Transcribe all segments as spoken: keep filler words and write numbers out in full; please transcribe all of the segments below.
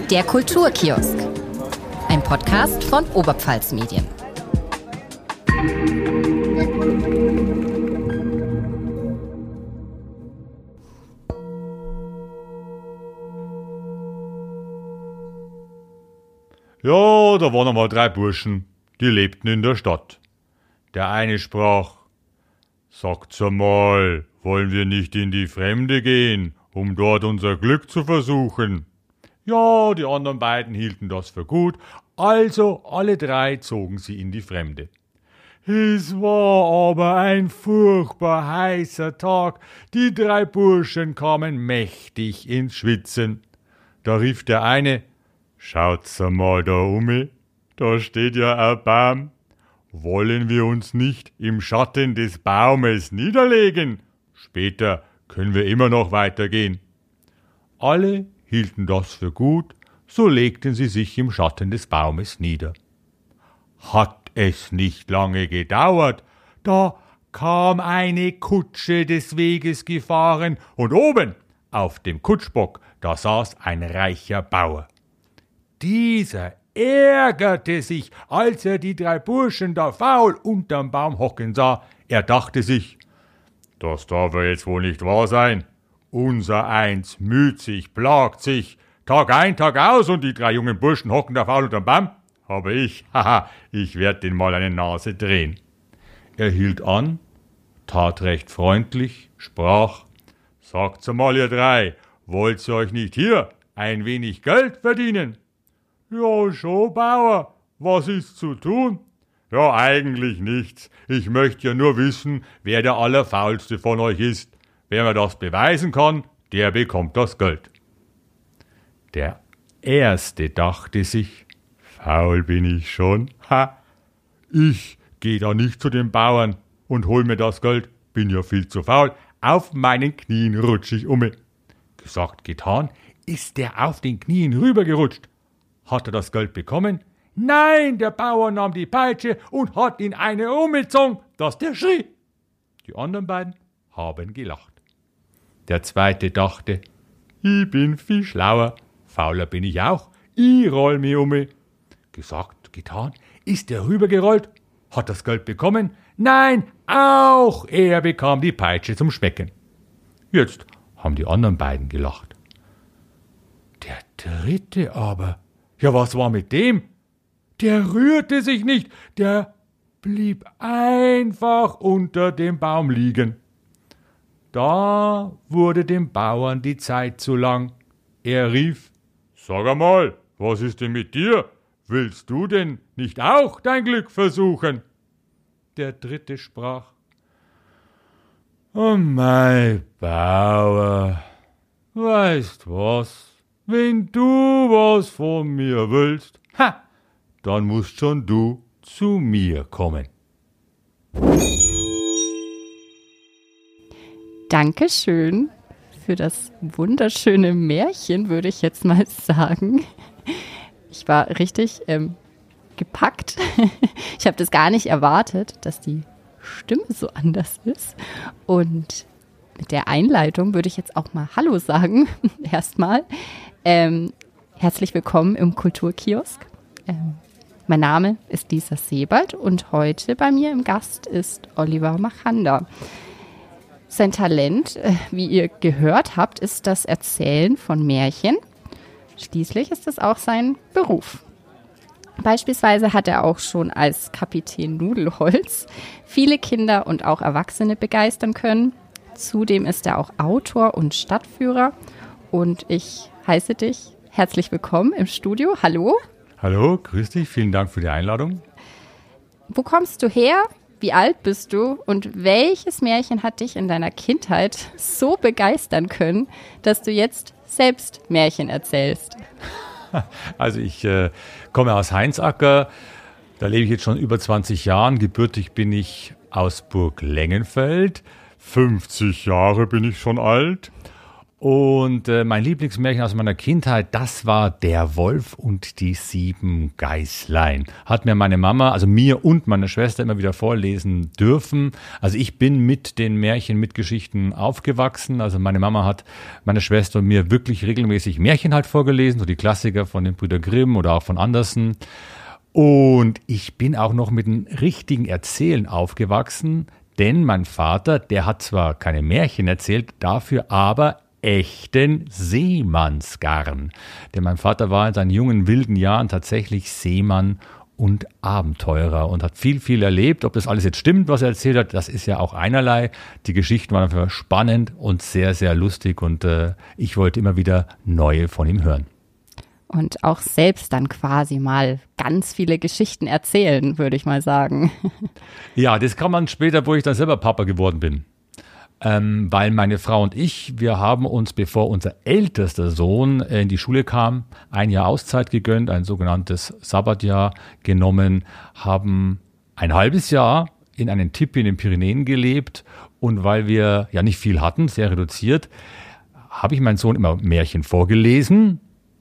Der Kulturkiosk. Ein Podcast von Oberpfalz Medien. Ja, da waren einmal drei Burschen, die lebten in der Stadt. Der eine sprach: Sagt's einmal, wollen wir nicht in die Fremde gehen, um dort unser Glück zu versuchen? Ja, die anderen beiden hielten das für gut, also alle drei zogen sie in die Fremde. Es war aber ein furchtbar heißer Tag, die drei Burschen kamen mächtig ins Schwitzen. Da rief der eine: Schaut's einmal da um, da steht ja ein Baum. Wollen wir uns nicht im Schatten des Baumes niederlegen? Später können wir immer noch weitergehen. Alle hielten das für gut, so legten sie sich im Schatten des Baumes nieder. Hat es nicht lange gedauert, da kam eine Kutsche des Weges gefahren und oben auf dem Kutschbock, da saß ein reicher Bauer. Dieser ärgerte sich, als er die drei Burschen da faul unterm Baum hocken sah. Er dachte sich: Das darf ja jetzt wohl nicht wahr sein. Unser Eins müht sich, plagt sich, Tag ein, Tag aus, und die drei jungen Burschen hocken da faul unterm Baum. Aber ich, haha, ich werd den mal eine Nase drehen. Er hielt an, tat recht freundlich, sprach: Sagt's einmal, ihr drei, wollt ihr euch nicht hier ein wenig Geld verdienen? Ja, schon, Bauer. Was ist zu tun? Ja, eigentlich nichts. Ich möchte ja nur wissen, wer der Allerfaulste von euch ist. Wer mir das beweisen kann, der bekommt das Geld. Der Erste dachte sich: Faul bin ich schon. Ha! Ich geh da nicht zu den Bauern und hol mir das Geld. Bin ja viel zu faul. Auf meinen Knien rutsch ich um. Gesagt, getan, ist der auf den Knien rübergerutscht. Hat er das Geld bekommen? Nein, der Bauer nahm die Peitsche und hat ihn eine umgezogen, dass der schrie. Die anderen beiden haben gelacht. Der Zweite dachte: Ich bin viel schlauer, fauler bin ich auch, ich roll mich um. Gesagt, getan, ist er rübergerollt, hat das Geld bekommen? Nein, auch er bekam die Peitsche zum Schmecken. Jetzt haben die anderen beiden gelacht. Der Dritte aber, ja, was war mit dem? Der rührte sich nicht, der blieb einfach unter dem Baum liegen. Da wurde dem Bauern die Zeit zu lang. Er rief: Sag einmal, was ist denn mit dir? Willst du denn nicht auch dein Glück versuchen? Der Dritte sprach: Oh mein Bauer, weißt was? Wenn du was von mir willst, ha, dann musst schon du zu mir kommen. Dankeschön für das wunderschöne Märchen, würde ich jetzt mal sagen. Ich war richtig ähm, gepackt. Ich habe das gar nicht erwartet, dass die Stimme so anders ist. Und mit der Einleitung würde ich jetzt auch mal Hallo sagen, erstmal. Ähm, herzlich willkommen im Kulturkiosk. Ähm, mein Name ist Lisa Sebald und heute bei mir im Gast ist Oliver Machanda. Sein Talent, äh, wie ihr gehört habt, ist das Erzählen von Märchen. Schließlich ist es auch sein Beruf. Beispielsweise hat er auch schon als Kapitän Nudelholz viele Kinder und auch Erwachsene begeistern können. Zudem ist er auch Autor und Stadtführer. Und ich heiße dich herzlich willkommen im Studio. Hallo. Hallo, grüß dich, vielen Dank für die Einladung. Wo kommst du her? Wie alt bist du? Und welches Märchen hat dich in deiner Kindheit so begeistern können, dass du jetzt selbst Märchen erzählst? Also ich äh, komme aus Heinzacker, da lebe ich jetzt schon über zwanzig Jahren. Gebürtig bin ich aus Burg Lengenfeld, fünfzig Jahre bin ich schon alt. Und äh, mein Lieblingsmärchen aus meiner Kindheit, das war Der Wolf und die sieben Geißlein. Hat mir meine Mama, also mir und meiner Schwester immer wieder vorlesen dürfen. Also ich bin mit den Märchen, mit Geschichten aufgewachsen. Also meine Mama hat meiner Schwester und mir wirklich regelmäßig Märchen halt vorgelesen, so die Klassiker von den Brüder Grimm oder auch von Andersen. Und ich bin auch noch mit dem richtigen Erzählen aufgewachsen, denn mein Vater, der hat zwar keine Märchen erzählt, dafür aber echten Seemannsgarn. Denn mein Vater war in seinen jungen, wilden Jahren tatsächlich Seemann und Abenteurer und hat viel, viel erlebt. Ob das alles jetzt stimmt, was er erzählt hat, das ist ja auch einerlei. Die Geschichten waren einfach spannend und sehr, sehr lustig und äh, ich wollte immer wieder neue von ihm hören. Und auch selbst dann quasi mal ganz viele Geschichten erzählen, würde ich mal sagen. Ja, das kann man später, wo ich dann selber Papa geworden bin. Ähm, weil meine Frau und ich, wir haben uns, bevor unser ältester Sohn in die Schule kam, ein Jahr Auszeit gegönnt, ein sogenanntes Sabbatjahr genommen, haben ein halbes Jahr in einem Tipi in den Pyrenäen gelebt und weil wir ja nicht viel hatten, sehr reduziert, habe ich meinem Sohn immer Märchen vorgelesen.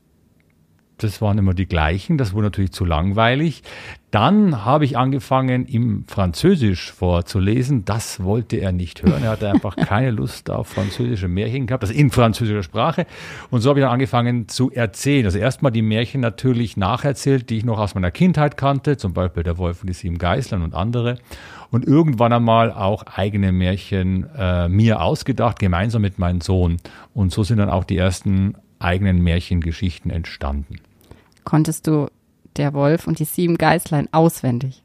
Das waren immer die gleichen, das wurde natürlich zu langweilig. Dann habe ich angefangen, ihm Französisch vorzulesen. Das wollte er nicht hören. Er hatte einfach keine Lust auf französische Märchen gehabt, also in französischer Sprache. Und so habe ich dann angefangen zu erzählen. Also erstmal die Märchen natürlich nacherzählt, die ich noch aus meiner Kindheit kannte, zum Beispiel Der Wolf und die sieben Geißlein und andere. Und irgendwann einmal auch eigene Märchen äh, mir ausgedacht, gemeinsam mit meinem Sohn. Und so sind dann auch die ersten eigenen Märchengeschichten entstanden. Konntest du Der Wolf und die sieben Geißlein auswendig?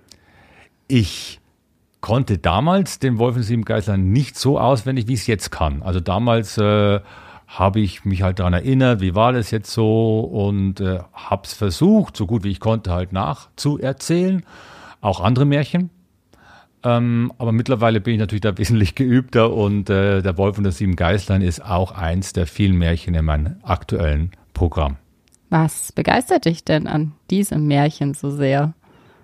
Ich konnte damals den Wolf und die sieben Geißlein nicht so auswendig, wie ich es jetzt kann. Also damals äh, habe ich mich halt daran erinnert, wie war das jetzt so und äh, habe es versucht, so gut wie ich konnte, halt nachzuerzählen. Auch andere Märchen. Ähm, aber mittlerweile bin ich natürlich da wesentlich geübter und äh, Der Wolf und das sieben Geißlein ist auch eins der vielen Märchen in meinem aktuellen Programm. Was begeistert dich denn an diesem Märchen so sehr?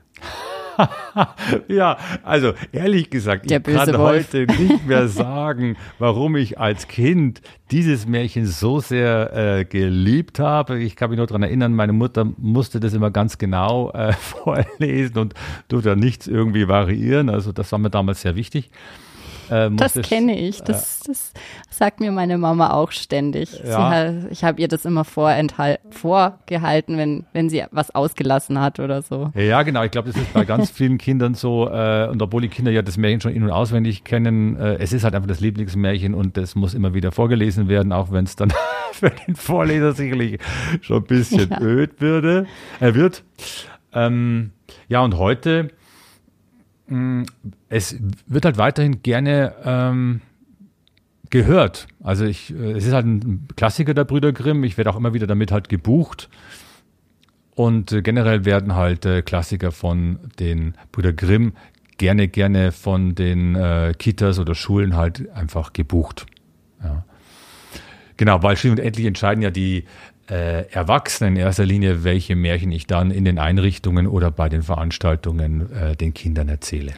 Ja, also ehrlich gesagt, Der ich kann Wolf. heute nicht mehr sagen, warum ich als Kind dieses Märchen so sehr äh, geliebt habe. Ich kann mich nur daran erinnern, meine Mutter musste das immer ganz genau äh, vorlesen und durfte nichts irgendwie variieren. Also das war mir damals sehr wichtig. Äh, Das musste- kenne ich. Das, das sagt mir meine Mama auch ständig. Sie Ja. hat, ich habe ihr das immer vorenthal- vorgehalten, wenn, wenn sie was ausgelassen hat oder so. Ja, genau. Ich glaube, das ist bei ganz vielen Kindern so. Äh, und obwohl die Kinder ja das Märchen schon in- und auswendig kennen, äh, es ist halt einfach das Lieblingsmärchen und das muss immer wieder vorgelesen werden, auch wenn es dann für den Vorleser sicherlich schon ein bisschen Ja. öd würde, äh, wird. Ähm, ja, und heute, mh, es wird halt weiterhin gerne ähm, gehört. Also ich, äh, es ist halt ein Klassiker der Brüder Grimm. Ich werde auch immer wieder damit halt gebucht. Und äh, generell werden halt äh, Klassiker von den Brüder Grimm gerne, gerne von den äh, Kitas oder Schulen halt einfach gebucht. Ja. Genau, weil schließlich und endlich entscheiden ja die äh, Erwachsenen in erster Linie, welche Märchen ich dann in den Einrichtungen oder bei den Veranstaltungen äh, den Kindern erzähle.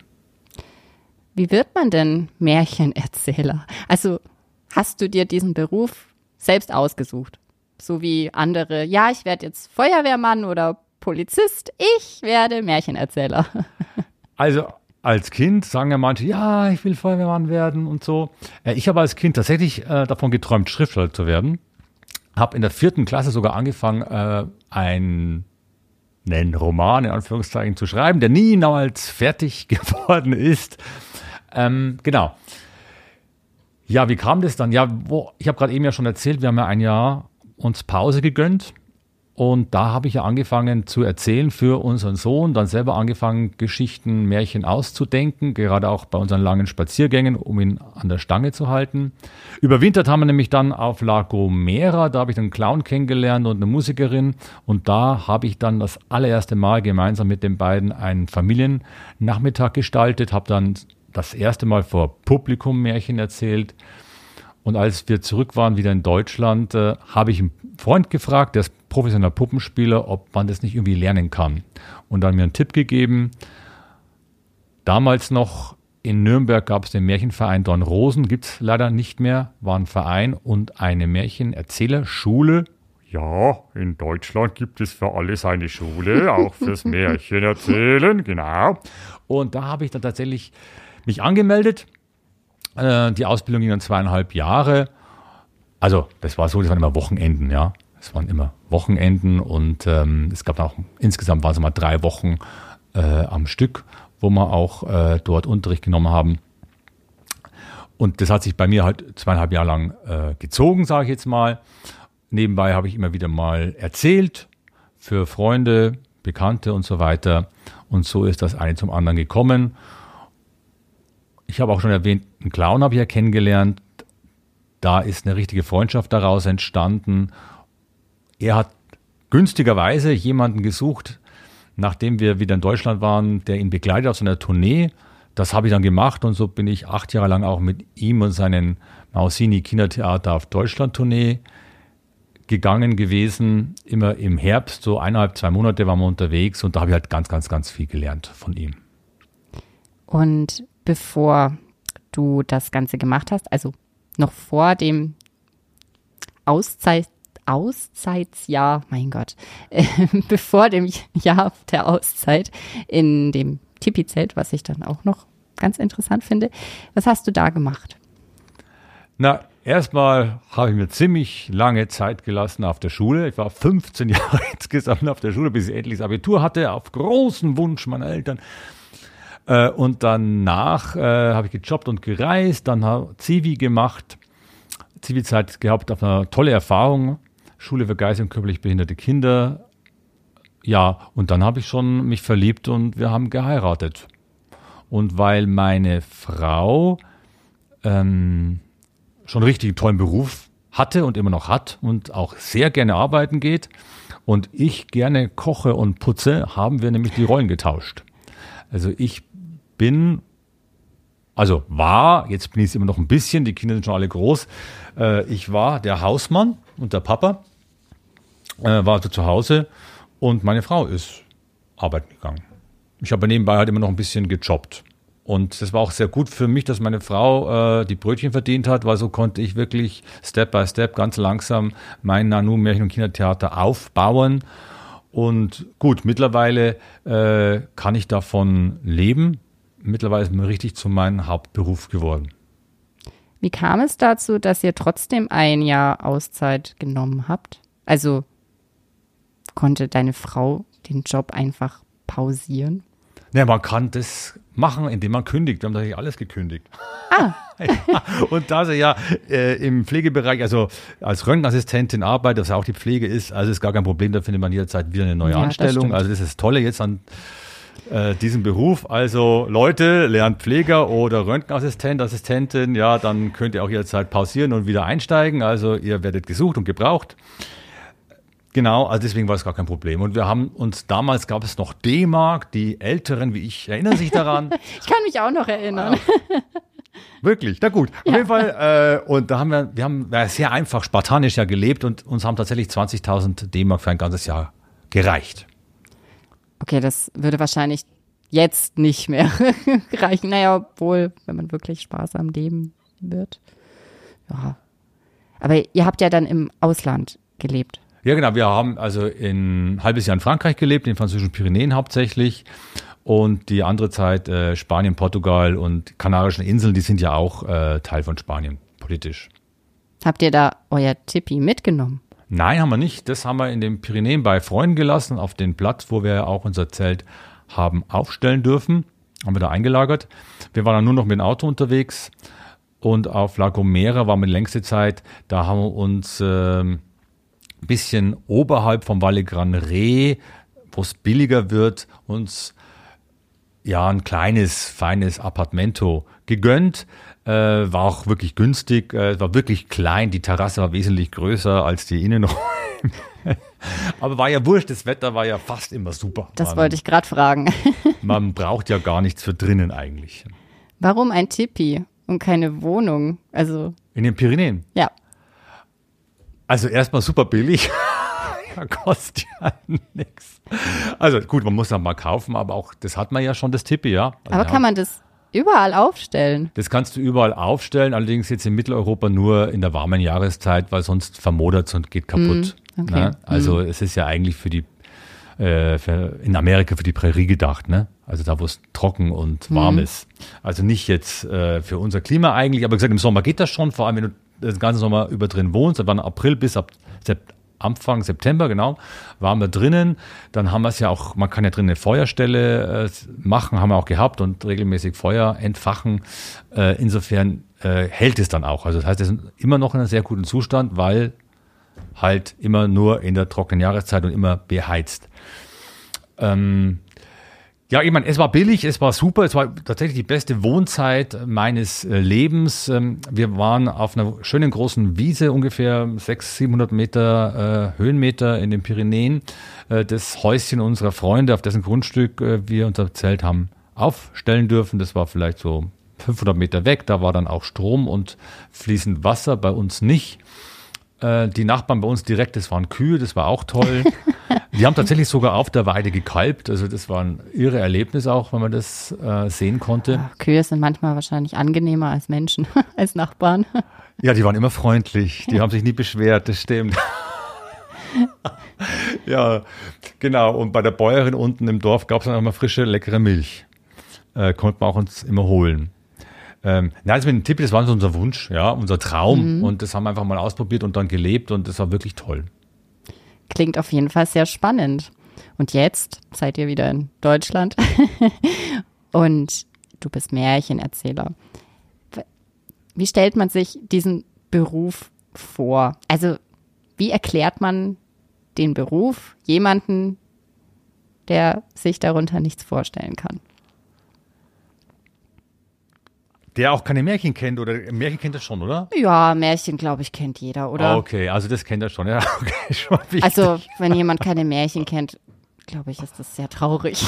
Wie wird man denn Märchenerzähler? Also hast du dir diesen Beruf selbst ausgesucht? So wie andere, ja, ich werde jetzt Feuerwehrmann oder Polizist, ich werde Märchenerzähler. Also als Kind sagen ja manche, ja, ich will Feuerwehrmann werden und so. Äh, ich habe als Kind tatsächlich äh, davon geträumt, Schriftsteller zu werden. Habe in der vierten Klasse sogar angefangen, äh, einen, einen Roman in Anführungszeichen zu schreiben, der niemals fertig geworden ist. Ähm, genau. Ja, wie kam das dann? Ja, wo, ich habe gerade eben ja schon erzählt, wir haben ja ein Jahr uns Pause gegönnt. Und da habe ich ja angefangen zu erzählen für unseren Sohn, dann selber angefangen, Geschichten, Märchen auszudenken, gerade auch bei unseren langen Spaziergängen, um ihn an der Stange zu halten. Überwintert haben wir nämlich dann auf La Gomera, da habe ich einen Clown kennengelernt und eine Musikerin. Und da habe ich dann das allererste Mal gemeinsam mit den beiden einen Familiennachmittag gestaltet, habe dann das erste Mal vor Publikum Märchen erzählt. Und als wir zurück waren, wieder in Deutschland, äh, habe ich einen Freund gefragt, der ist professioneller Puppenspieler, ob man das nicht irgendwie lernen kann. Und dann mir einen Tipp gegeben. Damals noch In Nürnberg gab es den Märchenverein Dornrosen, gibt es leider nicht mehr, war ein Verein und eine Märchenerzählerschule. Ja, in Deutschland gibt es für alles eine Schule, auch fürs Märchen erzählen, genau. Und da habe ich dann tatsächlich mich angemeldet. Äh, die Ausbildung ging dann zweieinhalb Jahre. Also das war so, das waren immer Wochenenden, ja. Es waren immer Wochenenden und ähm, es gab auch, insgesamt waren es mal drei Wochen äh, am Stück, wo wir auch äh, dort Unterricht genommen haben. Und das hat sich bei mir halt zweieinhalb Jahre lang äh, gezogen, sage ich jetzt mal. Nebenbei habe ich immer wieder mal erzählt für Freunde, Bekannte und so weiter. Und so ist das eine zum anderen gekommen. Ich habe auch schon erwähnt, einen Clown habe ich ja kennengelernt. Da ist eine richtige Freundschaft daraus entstanden. Er hat günstigerweise jemanden gesucht, nachdem wir wieder in Deutschland waren, der ihn begleitet auf seiner Tournee. Das habe ich dann gemacht und so bin ich acht Jahre lang auch mit ihm und seinen Mausini Kindertheater auf Deutschland-Tournee gegangen gewesen. Immer im Herbst, so eineinhalb, zwei Monate waren wir unterwegs und da habe ich halt ganz, ganz, ganz viel gelernt von ihm. Und bevor du das Ganze gemacht hast, also noch vor dem Auszeit, Auszeitsjahr, mein Gott, äh, bevor dem Jahr der Auszeit in dem Tipi-Zelt, was ich dann auch noch ganz interessant finde. Was hast du da gemacht? Na, erstmal habe ich mir ziemlich lange Zeit gelassen auf der Schule. Ich war fünfzehn Jahre insgesamt auf der Schule, bis ich endlich das Abitur hatte, auf großen Wunsch meiner Eltern. Äh, und danach äh, habe ich gejobbt und gereist, dann habe Zivi gemacht, Zivi-Zeit gehabt, auf eine tolle Erfahrung, Schule für geistig und körperlich behinderte Kinder. Ja, und dann habe ich schon mich verliebt und wir haben geheiratet. Und weil meine Frau ähm, schon einen richtig tollen Beruf hatte und immer noch hat und auch sehr gerne arbeiten geht und ich gerne koche und putze, haben wir nämlich die Rollen getauscht. Also ich bin, also war, jetzt bin ich es immer noch ein bisschen, die Kinder sind schon alle groß, äh, ich war der Hausmann und der Papa, äh, war also zu Hause und meine Frau ist arbeiten gegangen. Ich habe nebenbei halt immer noch ein bisschen gejobbt. Und das war auch sehr gut für mich, dass meine Frau äh, die Brötchen verdient hat, weil so konnte ich wirklich Step by Step ganz langsam mein Nanu Märchen- und Kindertheater aufbauen. Und gut, mittlerweile äh, kann ich davon leben. Mittlerweile ist es mir richtig zu meinem Hauptberuf geworden. Wie kam es dazu, dass ihr trotzdem ein Jahr Auszeit genommen habt? Also konnte deine Frau den Job einfach pausieren? Ja, man kann das machen, indem man kündigt. Wir haben tatsächlich alles gekündigt. Ah. Ja, und da sie ja äh, im Pflegebereich, also als Röntgenassistentin arbeitet, was ja auch die Pflege ist, also ist gar kein Problem, da findet man jederzeit wieder eine neue Ja, Anstellung. das Also das ist das Tolle jetzt an äh, diesem Beruf. Also Leute, lernt Pfleger oder Röntgenassistent, Assistentin, ja, dann könnt ihr auch jederzeit pausieren und wieder einsteigen. Also ihr werdet gesucht und gebraucht. Genau, also deswegen war es gar kein Problem. Und wir haben uns, damals gab es noch D-Mark, die Älteren wie ich erinnern sich daran. Ich kann mich auch noch erinnern. Ja. Wirklich, na gut. Auf Ja. jeden Fall, äh, und da haben wir, wir haben ja, sehr einfach, spartanisch ja gelebt und uns haben tatsächlich zwanzigtausend D-Mark für ein ganzes Jahr gereicht. Okay, das würde wahrscheinlich jetzt nicht mehr reichen. Naja, obwohl, wenn man wirklich Spaß am Leben wird. Ja. Aber ihr habt ja dann im Ausland gelebt. Ja, genau. Wir haben also in, ein halbes Jahr in Frankreich gelebt, in den französischen Pyrenäen hauptsächlich. Und die andere Zeit äh, Spanien, Portugal und Kanarischen Inseln, die sind ja auch äh, Teil von Spanien, politisch. Habt ihr da euer Tipi mitgenommen? Nein, haben wir nicht. Das haben wir in den Pyrenäen bei Freunden gelassen, auf den Platz, wo wir auch unser Zelt haben aufstellen dürfen. Haben wir da eingelagert. Wir waren dann nur noch mit dem Auto unterwegs. Und auf La Gomera waren wir die längste Zeit. Da haben wir uns äh, ein bisschen oberhalb vom Valle Gran Rey, wo es billiger wird, uns ja ein kleines, feines Appartamento gegönnt. Äh, war auch wirklich günstig, äh, war wirklich klein. Die Terrasse war wesentlich größer als die Innenräume. Aber war ja wurscht, das Wetter war ja fast immer super. Das man, wollte ich gerade fragen. Man braucht ja gar nichts für drinnen eigentlich. Warum ein Tipi und keine Wohnung? Also, In den Pyrenäen. ja. Also erstmal super billig. Ja, kostet ja nichts. Also gut, man muss dann mal kaufen, aber auch das hat man ja schon, das Tipi, ja. Also Aber kann man das überall aufstellen. Das kannst du überall aufstellen, allerdings jetzt in Mitteleuropa nur in der warmen Jahreszeit, weil sonst vermodert es und geht kaputt. Mm, okay. Ne? Also mm. es ist ja eigentlich für die äh, für in Amerika für die Prärie gedacht, ne? Also da, wo es trocken und warm mm. ist. Also nicht jetzt äh, für unser Klima eigentlich, aber gesagt, im Sommer geht das schon, vor allem wenn du den ganzen Sommer über drin wohnst, dann April bis ab September. Anfang September, genau, waren wir drinnen. Dann haben wir es ja auch, man kann ja drinnen eine Feuerstelle äh, machen, haben wir auch gehabt und regelmäßig Feuer entfachen. Äh, insofern äh, hält es dann auch. Also das heißt, es ist immer noch in einem sehr guten Zustand, weil halt immer nur in der trockenen Jahreszeit und immer beheizt. Ähm, Ja, ich meine, es war billig, es war super, es war tatsächlich die beste Wohnzeit meines äh, Lebens. Ähm, wir waren auf einer schönen großen Wiese, ungefähr sechshundert, siebenhundert Meter äh, Höhenmeter in den Pyrenäen. Äh, das Häuschen unserer Freunde, auf dessen Grundstück äh, wir unser Zelt haben aufstellen dürfen, das war vielleicht so fünfhundert Meter weg. Da war dann auch Strom und fließend Wasser, bei uns nicht. Äh, die Nachbarn bei uns direkt, das waren Kühe, das war auch toll. Die haben tatsächlich sogar auf der Weide gekalbt. Also das war ein irre Erlebnis auch, wenn man das äh, sehen konnte. Ja, Kühe sind manchmal wahrscheinlich angenehmer als Menschen, als Nachbarn. Ja, die waren immer freundlich. Die haben sich nie beschwert, das stimmt. Ja, genau. Und bei der Bäuerin unten im Dorf gab es dann auch immer frische, leckere Milch. Äh, konnten wir auch uns immer holen. Ähm, nein, das mit dem Tipp, das war so unser Wunsch, ja, unser Traum. Mhm. Und das haben wir einfach mal ausprobiert und dann gelebt und das war wirklich toll. Klingt auf jeden Fall sehr spannend. Und jetzt seid ihr wieder in Deutschland und du bist Märchenerzähler. Wie stellt man sich diesen Beruf vor? Also wie erklärt man den Beruf jemanden, der sich darunter nichts vorstellen kann? Der auch keine Märchen kennt, oder Märchen kennt er schon, oder? Ja, Märchen, glaube ich, kennt jeder, oder? Okay, also das kennt er schon, ja. Okay, schon wichtig. Also, wenn jemand keine Märchen kennt, glaube ich, ist das sehr traurig.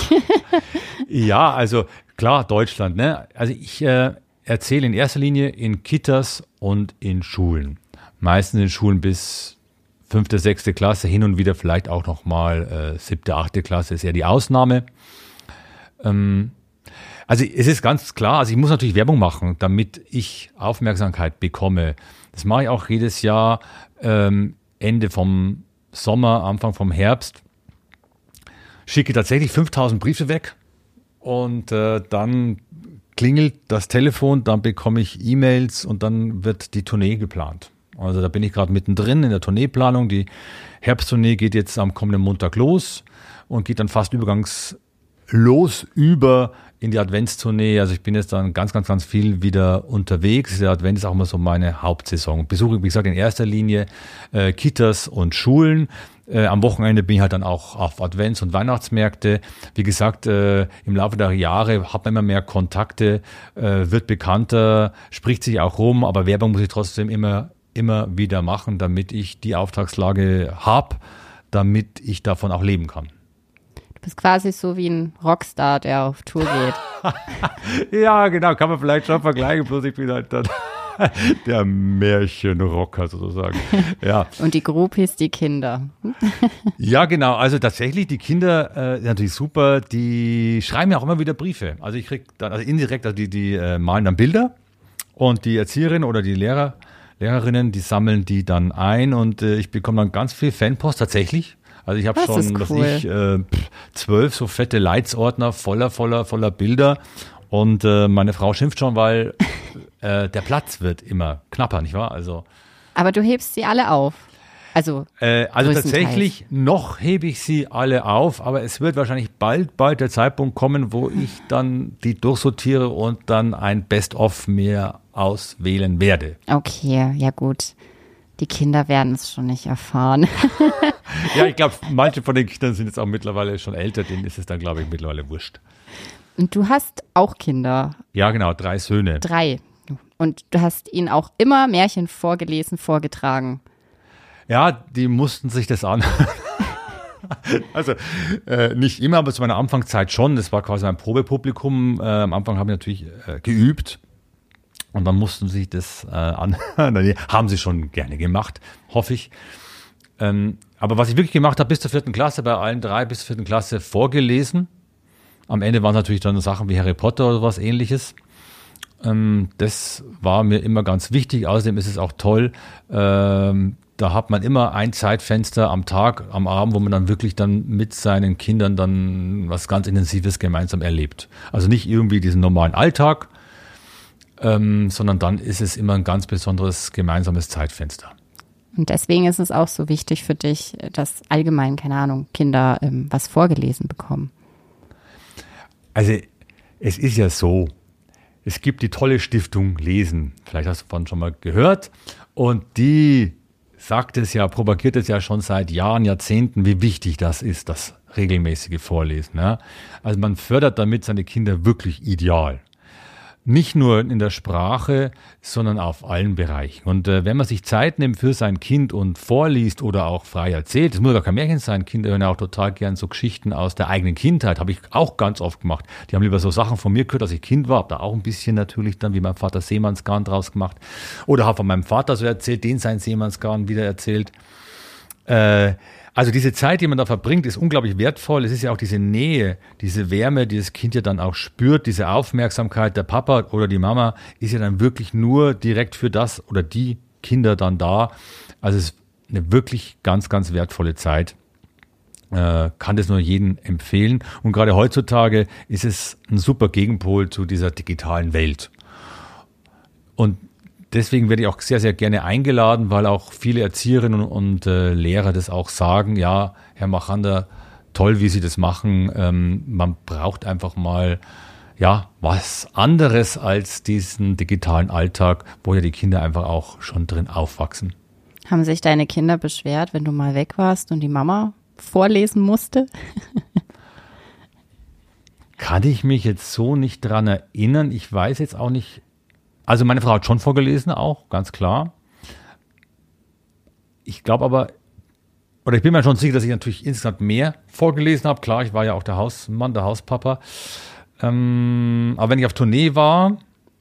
Ja, also klar, Deutschland, ne? Also ich äh, erzähle in erster Linie in Kitas und in Schulen. Meistens in Schulen bis fünfte, sechste Klasse, hin und wieder vielleicht auch nochmal äh, siebte, achte Klasse, ist ja die Ausnahme. Ähm, Also es ist ganz klar, also ich muss natürlich Werbung machen, damit ich Aufmerksamkeit bekomme. Das mache ich auch jedes Jahr, ähm, Ende vom Sommer, Anfang vom Herbst. Schicke tatsächlich fünftausend Briefe weg und äh, dann klingelt das Telefon, dann bekomme ich E-Mails und dann wird die Tournee geplant. Also da bin ich gerade mittendrin in der Tourneeplanung. Die Herbsttournee geht jetzt am kommenden Montag los und geht dann fast übergangslos über in die Adventstournee. Also ich bin jetzt dann ganz, ganz, ganz viel wieder unterwegs. Der Advent ist auch immer so meine Hauptsaison. Besuche, wie gesagt, in erster Linie äh, Kitas und Schulen. Äh, am Wochenende bin ich halt dann auch auf Advents- und Weihnachtsmärkte. Wie gesagt, äh, im Laufe der Jahre hat man immer mehr Kontakte, äh, wird bekannter, spricht sich auch rum, aber Werbung muss ich trotzdem immer, immer wieder machen, damit ich die Auftragslage habe, damit ich davon auch leben kann. Du bist quasi so wie ein Rockstar, der auf Tour geht. Ja, genau, kann man vielleicht schon vergleichen, bloß ich bin halt dann der Märchenrocker sozusagen. Ja. Und die Groupies, die Kinder. Ja, genau, also tatsächlich, die Kinder, äh, natürlich super, die schreiben ja auch immer wieder Briefe. Also ich kriege dann, also indirekt, also die, die äh, malen dann Bilder und die Erzieherin oder die Lehrer, Lehrerinnen, die sammeln die dann ein und äh, ich bekomme dann ganz viel Fanpost tatsächlich. Also ich habe schon, dass cool. ich äh, zwölf so fette Leitsordner voller, voller, voller Bilder und äh, meine Frau schimpft schon, weil äh, der Platz wird immer knapper, nicht wahr? Also. Aber du hebst sie alle auf. Also, äh, also tatsächlich noch hebe ich sie alle auf, aber es wird wahrscheinlich bald, bald der Zeitpunkt kommen, wo ich dann die durchsortiere und dann ein Best-of mir auswählen werde. Okay, ja gut. Die Kinder werden es schon nicht erfahren. Ja, ich glaube, manche von den Kindern sind jetzt auch mittlerweile schon älter, denen ist es dann, glaube ich, mittlerweile wurscht. Und du hast auch Kinder. Ja, genau, drei Söhne. Drei. Und du hast ihnen auch immer Märchen vorgelesen, vorgetragen. Ja, die mussten sich das an. Also äh, nicht immer, aber zu meiner Anfangszeit schon. Das war quasi ein Probepublikum. Äh, am Anfang haben wir natürlich äh, geübt. Und dann mussten sie sich das äh, an. Haben sie schon gerne gemacht, hoffe ich. Ähm, aber was ich wirklich gemacht habe, bis zur vierten Klasse, bei allen drei bis zur vierten Klasse vorgelesen. Am Ende waren es natürlich dann Sachen wie Harry Potter oder was Ähnliches. Ähm, das war mir immer ganz wichtig. Außerdem ist es auch toll, ähm, da hat man immer ein Zeitfenster am Tag, am Abend, wo man dann wirklich dann mit seinen Kindern dann was ganz Intensives gemeinsam erlebt. Also nicht irgendwie diesen normalen Alltag, ähm, sondern dann ist es immer ein ganz besonderes gemeinsames Zeitfenster. Und deswegen ist es auch so wichtig für dich, dass allgemein, keine Ahnung, Kinder ähm, was vorgelesen bekommen. Also es ist ja so, es gibt die tolle Stiftung Lesen, vielleicht hast du davon schon mal gehört, und die sagt es ja, propagiert es ja schon seit Jahren, Jahrzehnten, wie wichtig das ist, das regelmäßige Vorlesen. Ja? Also man fördert damit seine Kinder wirklich ideal. Nicht nur in der Sprache, sondern auf allen Bereichen. Und äh, wenn man sich Zeit nimmt für sein Kind und vorliest oder auch frei erzählt, das muss gar kein Märchen sein, Kinder hören ja auch total gern so Geschichten aus der eigenen Kindheit, habe ich auch ganz oft gemacht. Die haben lieber so Sachen von mir gehört, als ich Kind war, habe da auch ein bisschen natürlich dann, wie mein Vater Seemannsgarn draus gemacht. Oder habe von meinem Vater so erzählt, den sein Seemannsgarn wieder erzählt. Äh, Also diese Zeit, die man da verbringt, ist unglaublich wertvoll. Es ist ja auch diese Nähe, diese Wärme, die das Kind ja dann auch spürt, diese Aufmerksamkeit der Papa oder die Mama ist ja dann wirklich nur direkt für das oder die Kinder dann da. Also es ist eine wirklich ganz, ganz wertvolle Zeit. Äh, kann das nur jedem empfehlen. Und gerade heutzutage ist es ein super Gegenpol zu dieser digitalen Welt. Und deswegen werde ich auch sehr, sehr gerne eingeladen, weil auch viele Erzieherinnen und, und äh, Lehrer das auch sagen, ja, Herr Machander, toll, wie Sie das machen. Ähm, man braucht einfach mal ja was anderes als diesen digitalen Alltag, wo ja die Kinder einfach auch schon drin aufwachsen. Haben sich deine Kinder beschwert, wenn du mal weg warst und die Mama vorlesen musste? Kann ich mich jetzt so nicht dran erinnern. Ich weiß jetzt auch nicht. Also meine Frau hat schon vorgelesen auch, ganz klar. Ich glaube aber, oder ich bin mir schon sicher, dass ich natürlich insgesamt mehr vorgelesen habe. Klar, ich war ja auch der Hausmann, der Hauspapa. Ähm, aber wenn ich auf Tournee war,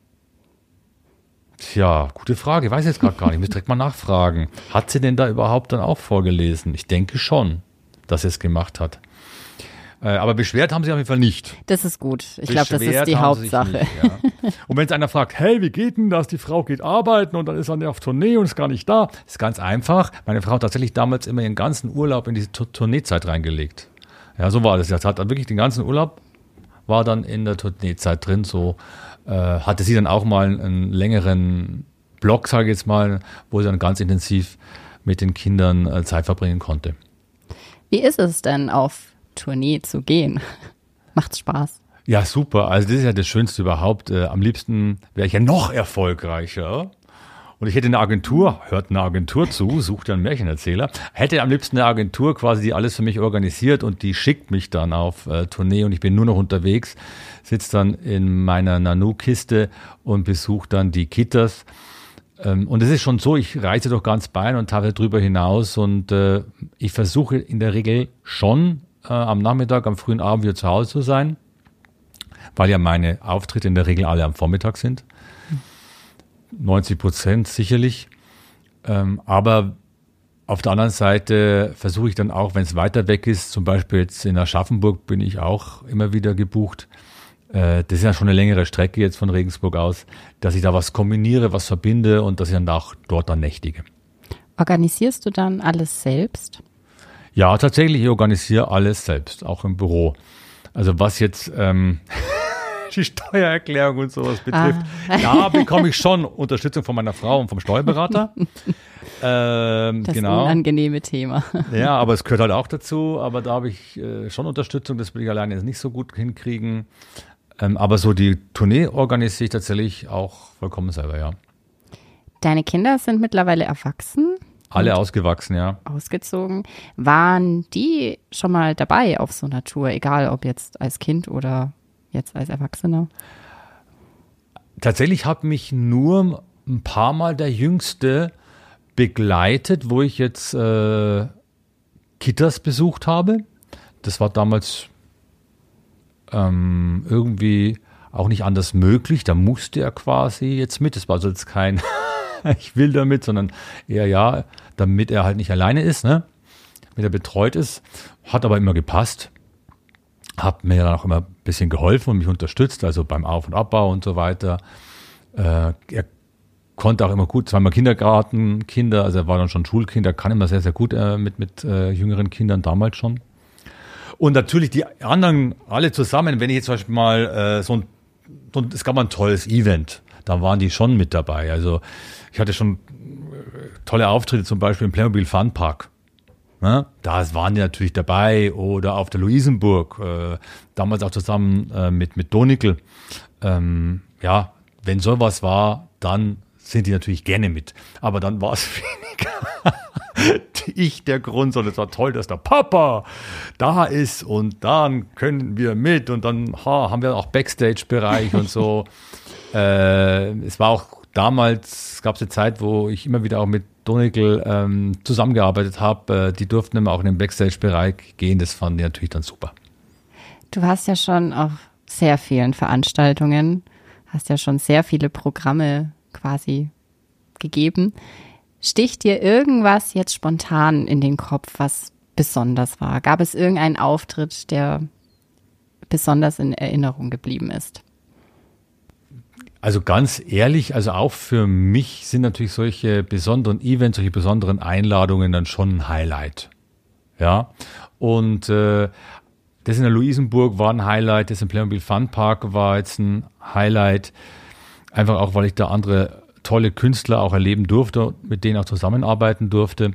tja, gute Frage, ich weiß jetzt gerade gar nicht, ich muss direkt mal nachfragen. Hat sie denn da überhaupt dann auch vorgelesen? Ich denke schon, dass sie es gemacht hat. Aber beschwert haben sie auf jeden Fall nicht. Das ist gut. Ich glaube, das ist die Hauptsache. Nicht, ja. Und wenn jetzt einer fragt, hey, wie geht denn das? Die Frau geht arbeiten und dann ist er auf Tournee und ist gar nicht da. Ist ganz einfach. Meine Frau hat tatsächlich damals immer ihren ganzen Urlaub in diese Tourneezeit reingelegt. Ja, so war das. Sie hat dann wirklich den ganzen Urlaub war dann in der Tourneezeit drin. So äh, hatte sie dann auch mal einen längeren Block, sage ich jetzt mal, wo sie dann ganz intensiv mit den Kindern äh, Zeit verbringen konnte. Wie ist es denn auf Tournee zu gehen? Macht's Spaß? Ja, super. Also das ist ja das Schönste überhaupt. Äh, am liebsten wäre ich ja noch erfolgreicher. Und ich hätte eine Agentur, hört eine Agentur zu, sucht einen Märchenerzähler, hätte am liebsten eine Agentur quasi, die alles für mich organisiert und die schickt mich dann auf äh, Tournee und ich bin nur noch unterwegs, sitze dann in meiner Nanu-Kiste und besuche dann die Kitas. Ähm, und es ist schon so, ich reise doch ganz Bayern und teilweise drüber hinaus und äh, ich versuche in der Regel schon äh, am Nachmittag, am frühen Abend wieder zu Hause zu sein, weil ja meine Auftritte in der Regel alle am Vormittag sind. neunzig Prozent sicherlich. Ähm, aber auf der anderen Seite versuche ich dann auch, wenn es weiter weg ist, zum Beispiel jetzt in Aschaffenburg bin ich auch immer wieder gebucht. Äh, das ist ja schon eine längere Strecke jetzt von Regensburg aus, dass ich da was kombiniere, was verbinde und dass ich dann auch dort dann nächtige. Organisierst du dann alles selbst? Ja, tatsächlich, ich organisiere alles selbst, auch im Büro. Also was jetzt ähm, die Steuererklärung und sowas betrifft, ah. ja, bekomme ich schon Unterstützung von meiner Frau und vom Steuerberater. ähm, das genau. unangenehme Thema. Ja, aber es gehört halt auch dazu. Aber da habe ich äh, schon Unterstützung, das will ich alleine jetzt nicht so gut hinkriegen. Ähm, aber so die Tournee organisiere ich tatsächlich auch vollkommen selber, ja. Deine Kinder sind mittlerweile erwachsen? Alle ausgewachsen, ja. Ausgezogen. Waren die schon mal dabei auf so einer Tour, egal ob jetzt als Kind oder jetzt als Erwachsener? Tatsächlich hat mich nur ein paar Mal der Jüngste begleitet, wo ich jetzt äh, Kitas besucht habe. Das war damals ähm, irgendwie auch nicht anders möglich. Da musste er quasi jetzt mit. Das war also jetzt kein ich will damit, sondern eher ja, damit er halt nicht alleine ist, ne? Damit er betreut ist. Hat aber immer gepasst. Hat mir dann auch immer ein bisschen geholfen und mich unterstützt, also beim Auf- und Abbau und so weiter. Äh, er konnte auch immer gut, zweimal Kindergarten, Kinder, also er war dann schon Schulkind, er kann immer sehr, sehr gut äh, mit, mit äh, jüngeren Kindern damals schon. Und natürlich die anderen alle zusammen, wenn ich jetzt zum Beispiel mal äh, so ein, so ein, es gab mal ein tolles Event, da waren die schon mit dabei. Also ich hatte schon tolle Auftritte, zum Beispiel im Playmobil Fun Park. Ja, da waren die natürlich dabei oder auf der Luisenburg, äh, damals auch zusammen äh, mit, mit Donickel. Ähm, ja, wenn sowas war, dann sind die natürlich gerne mit. Aber dann war es weniger ich der Grund, sondern es war toll, dass der Papa da ist und dann können wir mit und dann ha, haben wir auch Backstage-Bereich und so. äh, es war auch damals, gab es eine Zeit, wo ich immer wieder auch mit Donickel ähm, zusammengearbeitet habe. Äh, die durften immer auch in den Backstage-Bereich gehen. Das fanden die natürlich dann super. Du warst ja schon auf sehr vielen Veranstaltungen, hast ja schon sehr viele Programme quasi gegeben. Sticht dir irgendwas jetzt spontan in den Kopf, was besonders war? Gab es irgendeinen Auftritt, der besonders in Erinnerung geblieben ist? Also ganz ehrlich, also auch für mich sind natürlich solche besonderen Events, solche besonderen Einladungen dann schon ein Highlight. Ja, und äh, das in der Luisenburg war ein Highlight, das im Playmobil Fun Park war jetzt ein Highlight. Einfach auch, weil ich da andere tolle Künstler auch erleben durfte, mit denen auch zusammenarbeiten durfte.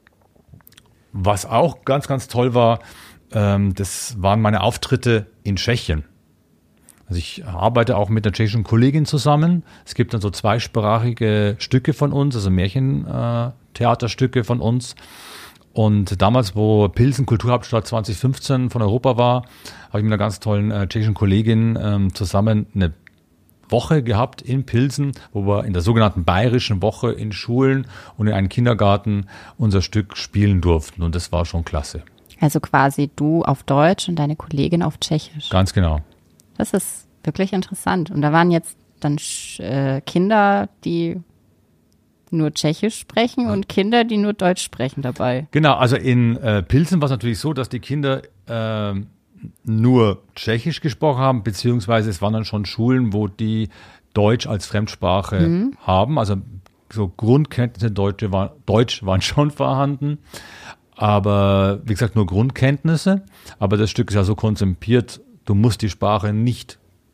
Was auch ganz, ganz toll war, ähm, das waren meine Auftritte in Tschechien. Also ich arbeite auch mit einer tschechischen Kollegin zusammen. Es gibt dann so zweisprachige Stücke von uns, also Märchentheaterstücke von uns. Und damals, wo Pilsen Kulturhauptstadt zwanzig fünfzehn von Europa war, habe ich mit einer ganz tollen äh, tschechischen Kollegin ähm, zusammen eine Woche gehabt in Pilsen, wo wir in der sogenannten Bayerischen Woche in Schulen und in einem Kindergarten unser Stück spielen durften. Und das war schon klasse. Also quasi du auf Deutsch und deine Kollegin auf Tschechisch. Ganz genau. Das ist wirklich interessant. Und da waren jetzt dann äh, Kinder, die nur Tschechisch sprechen und Kinder, die nur Deutsch sprechen dabei. Genau, also in äh, Pilsen war es natürlich so, dass die Kinder äh, nur Tschechisch gesprochen haben, beziehungsweise es waren dann schon Schulen, wo die Deutsch als Fremdsprache mhm. haben. Also so Grundkenntnisse Deutsche war, Deutsch waren schon vorhanden, aber wie gesagt nur Grundkenntnisse. Aber das Stück ist ja so konzipiert, du musst die Sprache nicht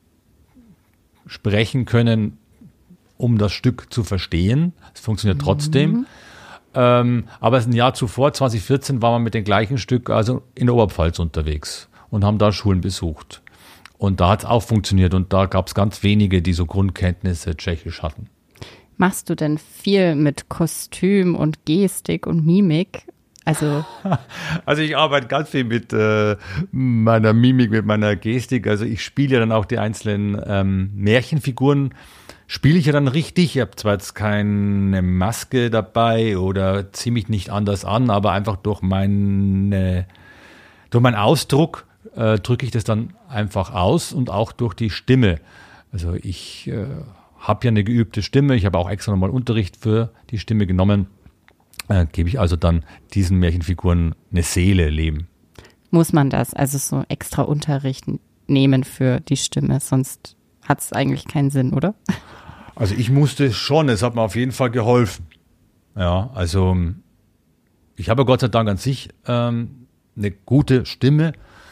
sprechen können, um das Stück zu verstehen. Es funktioniert trotzdem. Mhm. Ähm, aber ein Jahr zuvor, zwanzig vierzehn, waren wir mit dem gleichen Stück also in der Oberpfalz unterwegs und haben da Schulen besucht. Und da hat es auch funktioniert und da gab es ganz wenige, die so Grundkenntnisse Tschechisch hatten. Machst du denn viel mit Kostüm und Gestik und Mimik? Also, also ich arbeite ganz viel mit äh, meiner Mimik, mit meiner Gestik. Also ich spiele ja dann auch die einzelnen ähm, Märchenfiguren, spiele ich ja dann richtig. Ich habe zwar jetzt keine Maske dabei oder ziehe mich nicht anders an, aber einfach durch, meine, durch meinen Ausdruck äh, drücke ich das dann einfach aus und auch durch die Stimme. Also ich äh, habe ja eine geübte Stimme. Ich habe auch extra nochmal Unterricht für die Stimme genommen. Äh, gebe ich also dann diesen Märchenfiguren eine Seele, Leben. Muss man das, also so extra Unterricht nehmen für die Stimme, sonst hat es eigentlich keinen Sinn, oder? Also ich musste schon, es hat mir auf jeden Fall geholfen. Ja, also ich habe Gott sei Dank an sich ähm, eine gute Stimme.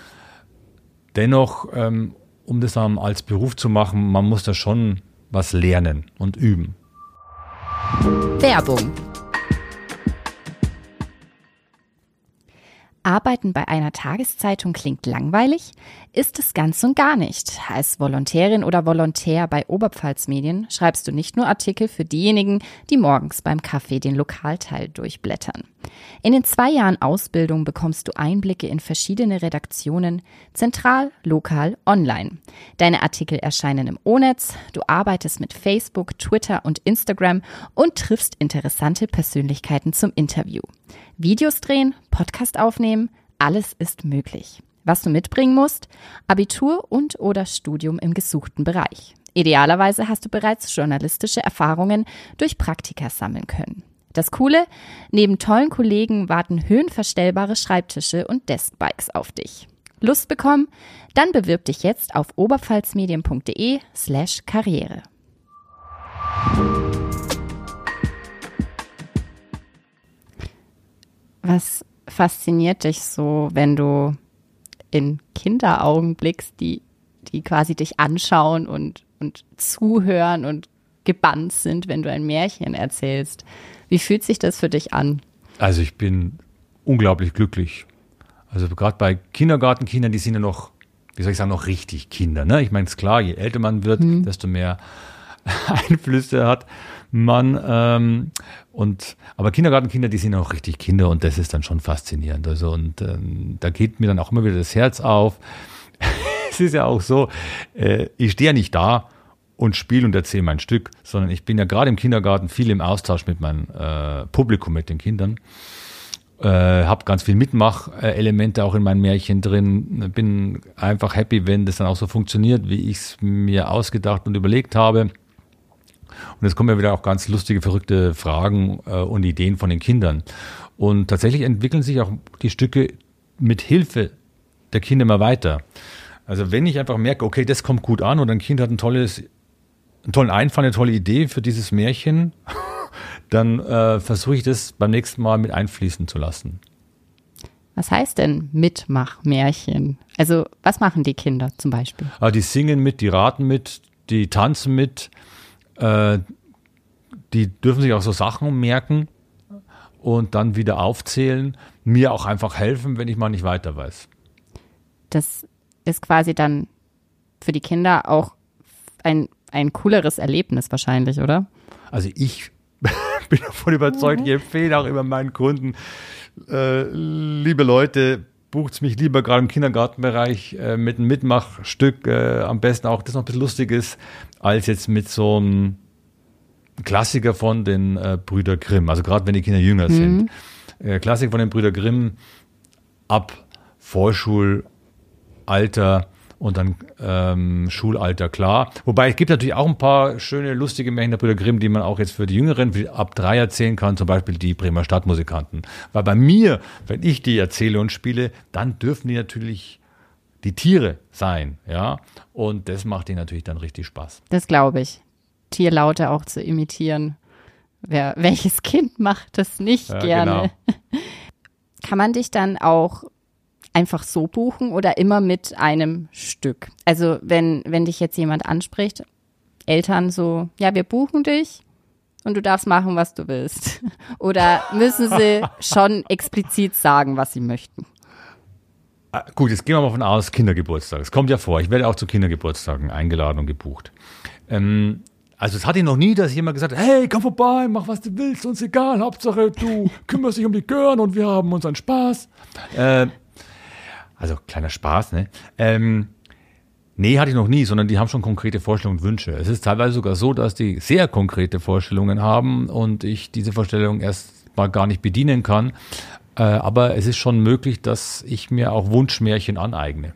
Dennoch, ähm, um das dann als Beruf zu machen, man muss da schon was lernen und üben. Werbung. Arbeiten bei einer Tageszeitung klingt langweilig? Ist es ganz und gar nicht. Als Volontärin oder Volontär bei Oberpfalz Medien schreibst du nicht nur Artikel für diejenigen, die morgens beim Kaffee den Lokalteil durchblättern. In den zwei Jahren Ausbildung bekommst du Einblicke in verschiedene Redaktionen, zentral, lokal, online. Deine Artikel erscheinen im O-Netz, du arbeitest mit Facebook, Twitter und Instagram und triffst interessante Persönlichkeiten zum Interview. Videos drehen, Podcast aufnehmen, alles ist möglich. Was du mitbringen musst? Abitur und oder Studium im gesuchten Bereich. Idealerweise hast du bereits journalistische Erfahrungen durch Praktika sammeln können. Das Coole, neben tollen Kollegen warten höhenverstellbare Schreibtische und Deskbikes auf dich. Lust bekommen? Dann bewirb dich jetzt auf oberpfalzmedien.de slash Karriere. Was fasziniert dich so, wenn du in Kinderaugen blickst, die, die quasi dich anschauen und, und zuhören und gebannt sind, wenn du ein Märchen erzählst? Wie fühlt sich das für dich an? Also ich bin unglaublich glücklich. Also gerade bei Kindergartenkindern, die sind ja noch, wie soll ich sagen, noch richtig Kinder. Ne? Ich meine, es ist klar, je älter man wird, hm. desto mehr Einflüsse hat man. Ähm, und, aber Kindergartenkinder, die sind ja noch richtig Kinder und das ist dann schon faszinierend. Also und ähm, da geht mir dann auch immer wieder das Herz auf. Es ist ja auch so, äh, ich stehe ja nicht da und spiele und erzähle mein Stück, sondern ich bin ja gerade im Kindergarten viel im Austausch mit meinem äh, Publikum, mit den Kindern. Äh, habe ganz viel Mitmachelemente auch in meinen Märchen drin. Bin einfach happy, wenn das dann auch so funktioniert, wie ich es mir ausgedacht und überlegt habe. Und es kommen ja wieder auch ganz lustige, verrückte Fragen äh, und Ideen von den Kindern. Und tatsächlich entwickeln sich auch die Stücke mit Hilfe der Kinder immer weiter. Also wenn ich einfach merke, okay, das kommt gut an und ein Kind hat ein tolles, einen tollen Einfall, eine tolle Idee für dieses Märchen, dann äh, versuche ich das beim nächsten Mal mit einfließen zu lassen. Was heißt denn Mitmachmärchen? Also was machen die Kinder zum Beispiel? Ah, die singen mit, die raten mit, die tanzen mit, äh, die dürfen sich auch so Sachen merken und dann wieder aufzählen, mir auch einfach helfen, wenn ich mal nicht weiter weiß. Das ist quasi dann für die Kinder auch ein, ein cooleres Erlebnis wahrscheinlich, oder? Also ich bin davon überzeugt, ich empfehle auch immer meinen Kunden, äh, liebe Leute, bucht's mich lieber gerade im Kindergartenbereich äh, mit einem Mitmachstück, äh, am besten auch, das noch ein bisschen lustig ist, als jetzt mit so einem Klassiker von den äh, Brüder Grimm, also gerade wenn die Kinder jünger mhm. sind. Äh, Klassiker von den Brüder Grimm ab Vorschulalter und dann ähm, Schulalter, klar. Wobei es gibt natürlich auch ein paar schöne, lustige Märchen der Brüder Grimm, die man auch jetzt für die Jüngeren wie ab drei erzählen kann, zum Beispiel die Bremer Stadtmusikanten. Weil bei mir, wenn ich die erzähle und spiele, dann dürfen die natürlich die Tiere sein, ja. Und das macht denen natürlich dann richtig Spaß. Das glaube ich. Tierlaute auch zu imitieren. Wer, welches Kind macht das nicht ja, gerne? Genau. Kann man dich dann auch einfach so buchen oder immer mit einem Stück? Also wenn, wenn dich jetzt jemand anspricht, Eltern so, ja, wir buchen dich und du darfst machen, was du willst. Oder müssen sie schon explizit sagen, was sie möchten? Gut, jetzt gehen wir mal von aus, Kindergeburtstag. Es kommt ja vor, ich werde auch zu Kindergeburtstagen eingeladen und gebucht. Ähm, also es hatte noch nie, dass jemand gesagt hat, hey, komm vorbei, mach was du willst, uns egal, Hauptsache du kümmerst dich um die Gören und wir haben unseren Spaß. Äh, Also kleiner Spaß, ne? Ähm, nee, hatte ich noch nie, sondern die haben schon konkrete Vorstellungen und Wünsche. Es ist teilweise sogar so, dass die sehr konkrete Vorstellungen haben und ich diese Vorstellungen erst mal gar nicht bedienen kann. Äh, aber es ist schon möglich, dass ich mir auch Wunschmärchen aneigne.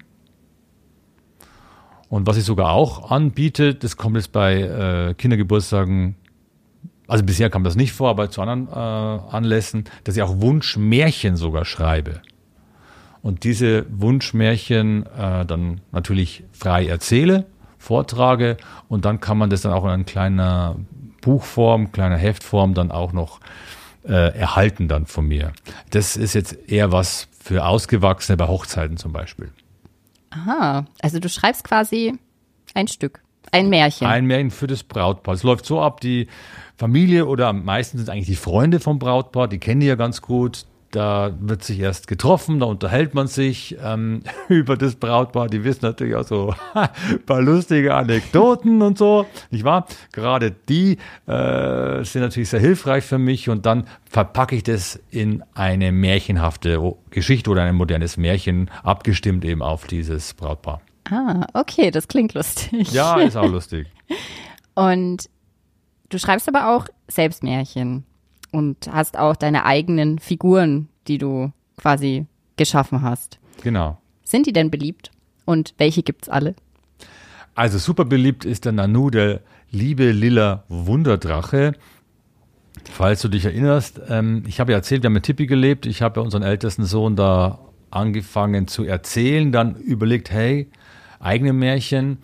Und was ich sogar auch anbiete, das kommt jetzt bei äh, Kindergeburtstagen, also bisher kam das nicht vor, aber zu anderen äh, Anlässen, dass ich auch Wunschmärchen sogar schreibe. Und diese Wunschmärchen äh, dann natürlich frei erzähle, vortrage und dann kann man das dann auch in einer kleiner Buchform, kleiner Heftform dann auch noch äh, erhalten dann von mir. Das ist jetzt eher was für Ausgewachsene bei Hochzeiten zum Beispiel. Aha, also du schreibst quasi ein Stück, ein Märchen. Ein Märchen für das Brautpaar. Es läuft so ab, die Familie oder am meisten sind eigentlich die Freunde vom Brautpaar, die kennen die ja ganz gut. Da wird sich erst getroffen, da unterhält man sich ähm, über das Brautpaar. Die wissen natürlich auch so ein paar lustige Anekdoten und so, nicht wahr? Gerade die äh, sind natürlich sehr hilfreich für mich und dann verpacke ich das in eine märchenhafte Geschichte oder ein modernes Märchen, abgestimmt eben auf dieses Brautpaar. Ah, okay, das klingt lustig. Ja, ist auch lustig. Und du schreibst aber auch selbst Märchen. Und hast auch deine eigenen Figuren, die du quasi geschaffen hast. Genau. Sind die denn beliebt? Und welche gibt's alle? Also super beliebt ist der Nanu, der liebe lila Wunderdrache. Falls du dich erinnerst, ähm, ich habe ja erzählt, wir haben mit Tippi gelebt. Ich habe ja unseren ältesten Sohn da angefangen zu erzählen, dann überlegt, hey, eigene Märchen.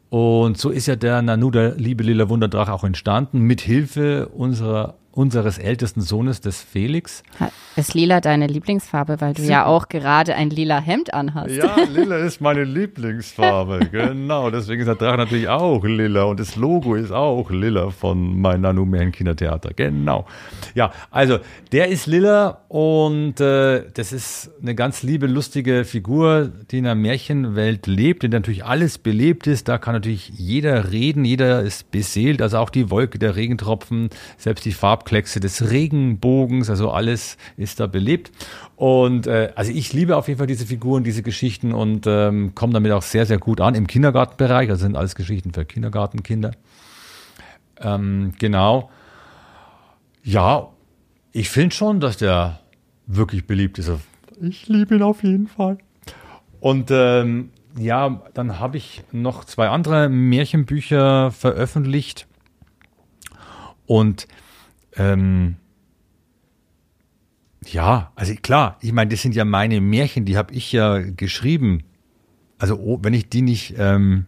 Und so ist ja der Nanu, der liebe lila Wunderdrache, auch entstanden, mit Hilfe unserer, unseres ältesten Sohnes, des Felix. Ist lila deine Lieblingsfarbe, weil du ja auch gerade ein lila Hemd anhast? Ja, lila ist meine Lieblingsfarbe, genau. Deswegen ist der Drache natürlich auch lila und das Logo ist auch lila von mein Nanu Märchenkindertheater, genau. Ja, also der ist lila und äh, das ist eine ganz liebe, lustige Figur, die in einer Märchenwelt lebt, in der natürlich alles belebt ist. Da kann natürlich jeder reden, jeder ist beseelt, also auch die Wolke der Regentropfen, selbst die Farbkleckse des Regenbogens, also alles ist da belebt. Und äh, also ich liebe auf jeden Fall diese Figuren, diese Geschichten und ähm, komme damit auch sehr, sehr gut an im Kindergartenbereich. Also sind alles Geschichten für Kindergartenkinder. Ähm, genau. Ja, ich finde schon, dass der wirklich beliebt ist. Ich liebe ihn auf jeden Fall. Und ähm, ja, dann habe ich noch zwei andere Märchenbücher veröffentlicht. Und ähm, ja, also klar, ich meine, das sind ja meine Märchen, die habe ich ja geschrieben. Also oh, wenn ich die nicht ähm,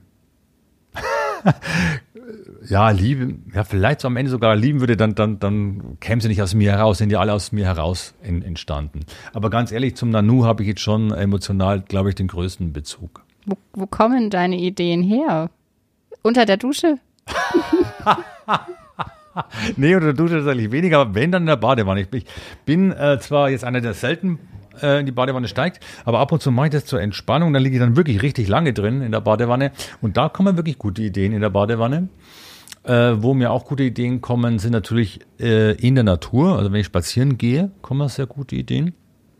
ja, lieben, ja, vielleicht so am Ende sogar lieben würde, dann, dann, dann kämen sie nicht aus mir heraus, sind ja alle aus mir heraus in, entstanden. Aber ganz ehrlich, zum Nanu habe ich jetzt schon emotional, glaube ich, den größten Bezug. Wo, wo kommen deine Ideen her? Unter der Dusche? Nee, unter der Dusche tatsächlich weniger, aber wenn, dann in der Badewanne. Ich bin äh, zwar jetzt einer, der selten äh, in die Badewanne steigt, aber ab und zu mache ich das zur Entspannung, dann liege ich dann wirklich richtig lange drin in der Badewanne und da kommen wirklich gute Ideen in der Badewanne. Äh, wo mir auch gute Ideen kommen, sind natürlich äh, in der Natur, also wenn ich spazieren gehe, kommen sehr gute Ideen.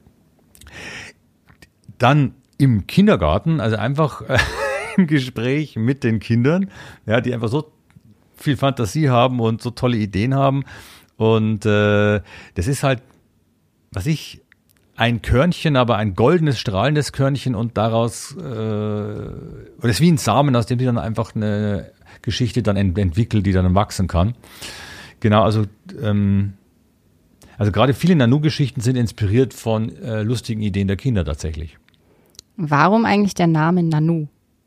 Dann im Kindergarten, also einfach äh, im Gespräch mit den Kindern, ja, die einfach so viel Fantasie haben und so tolle Ideen haben. Und äh, das ist halt, was ich, ein Körnchen, aber ein goldenes, strahlendes Körnchen und daraus, äh, oder es ist wie ein Samen, aus dem sie dann einfach eine Geschichte dann ent- entwickelt, die dann wachsen kann. Genau, also ähm, also gerade viele Nanu-Geschichten sind inspiriert von äh, lustigen Ideen der Kinder tatsächlich. Warum eigentlich der Name Nanu?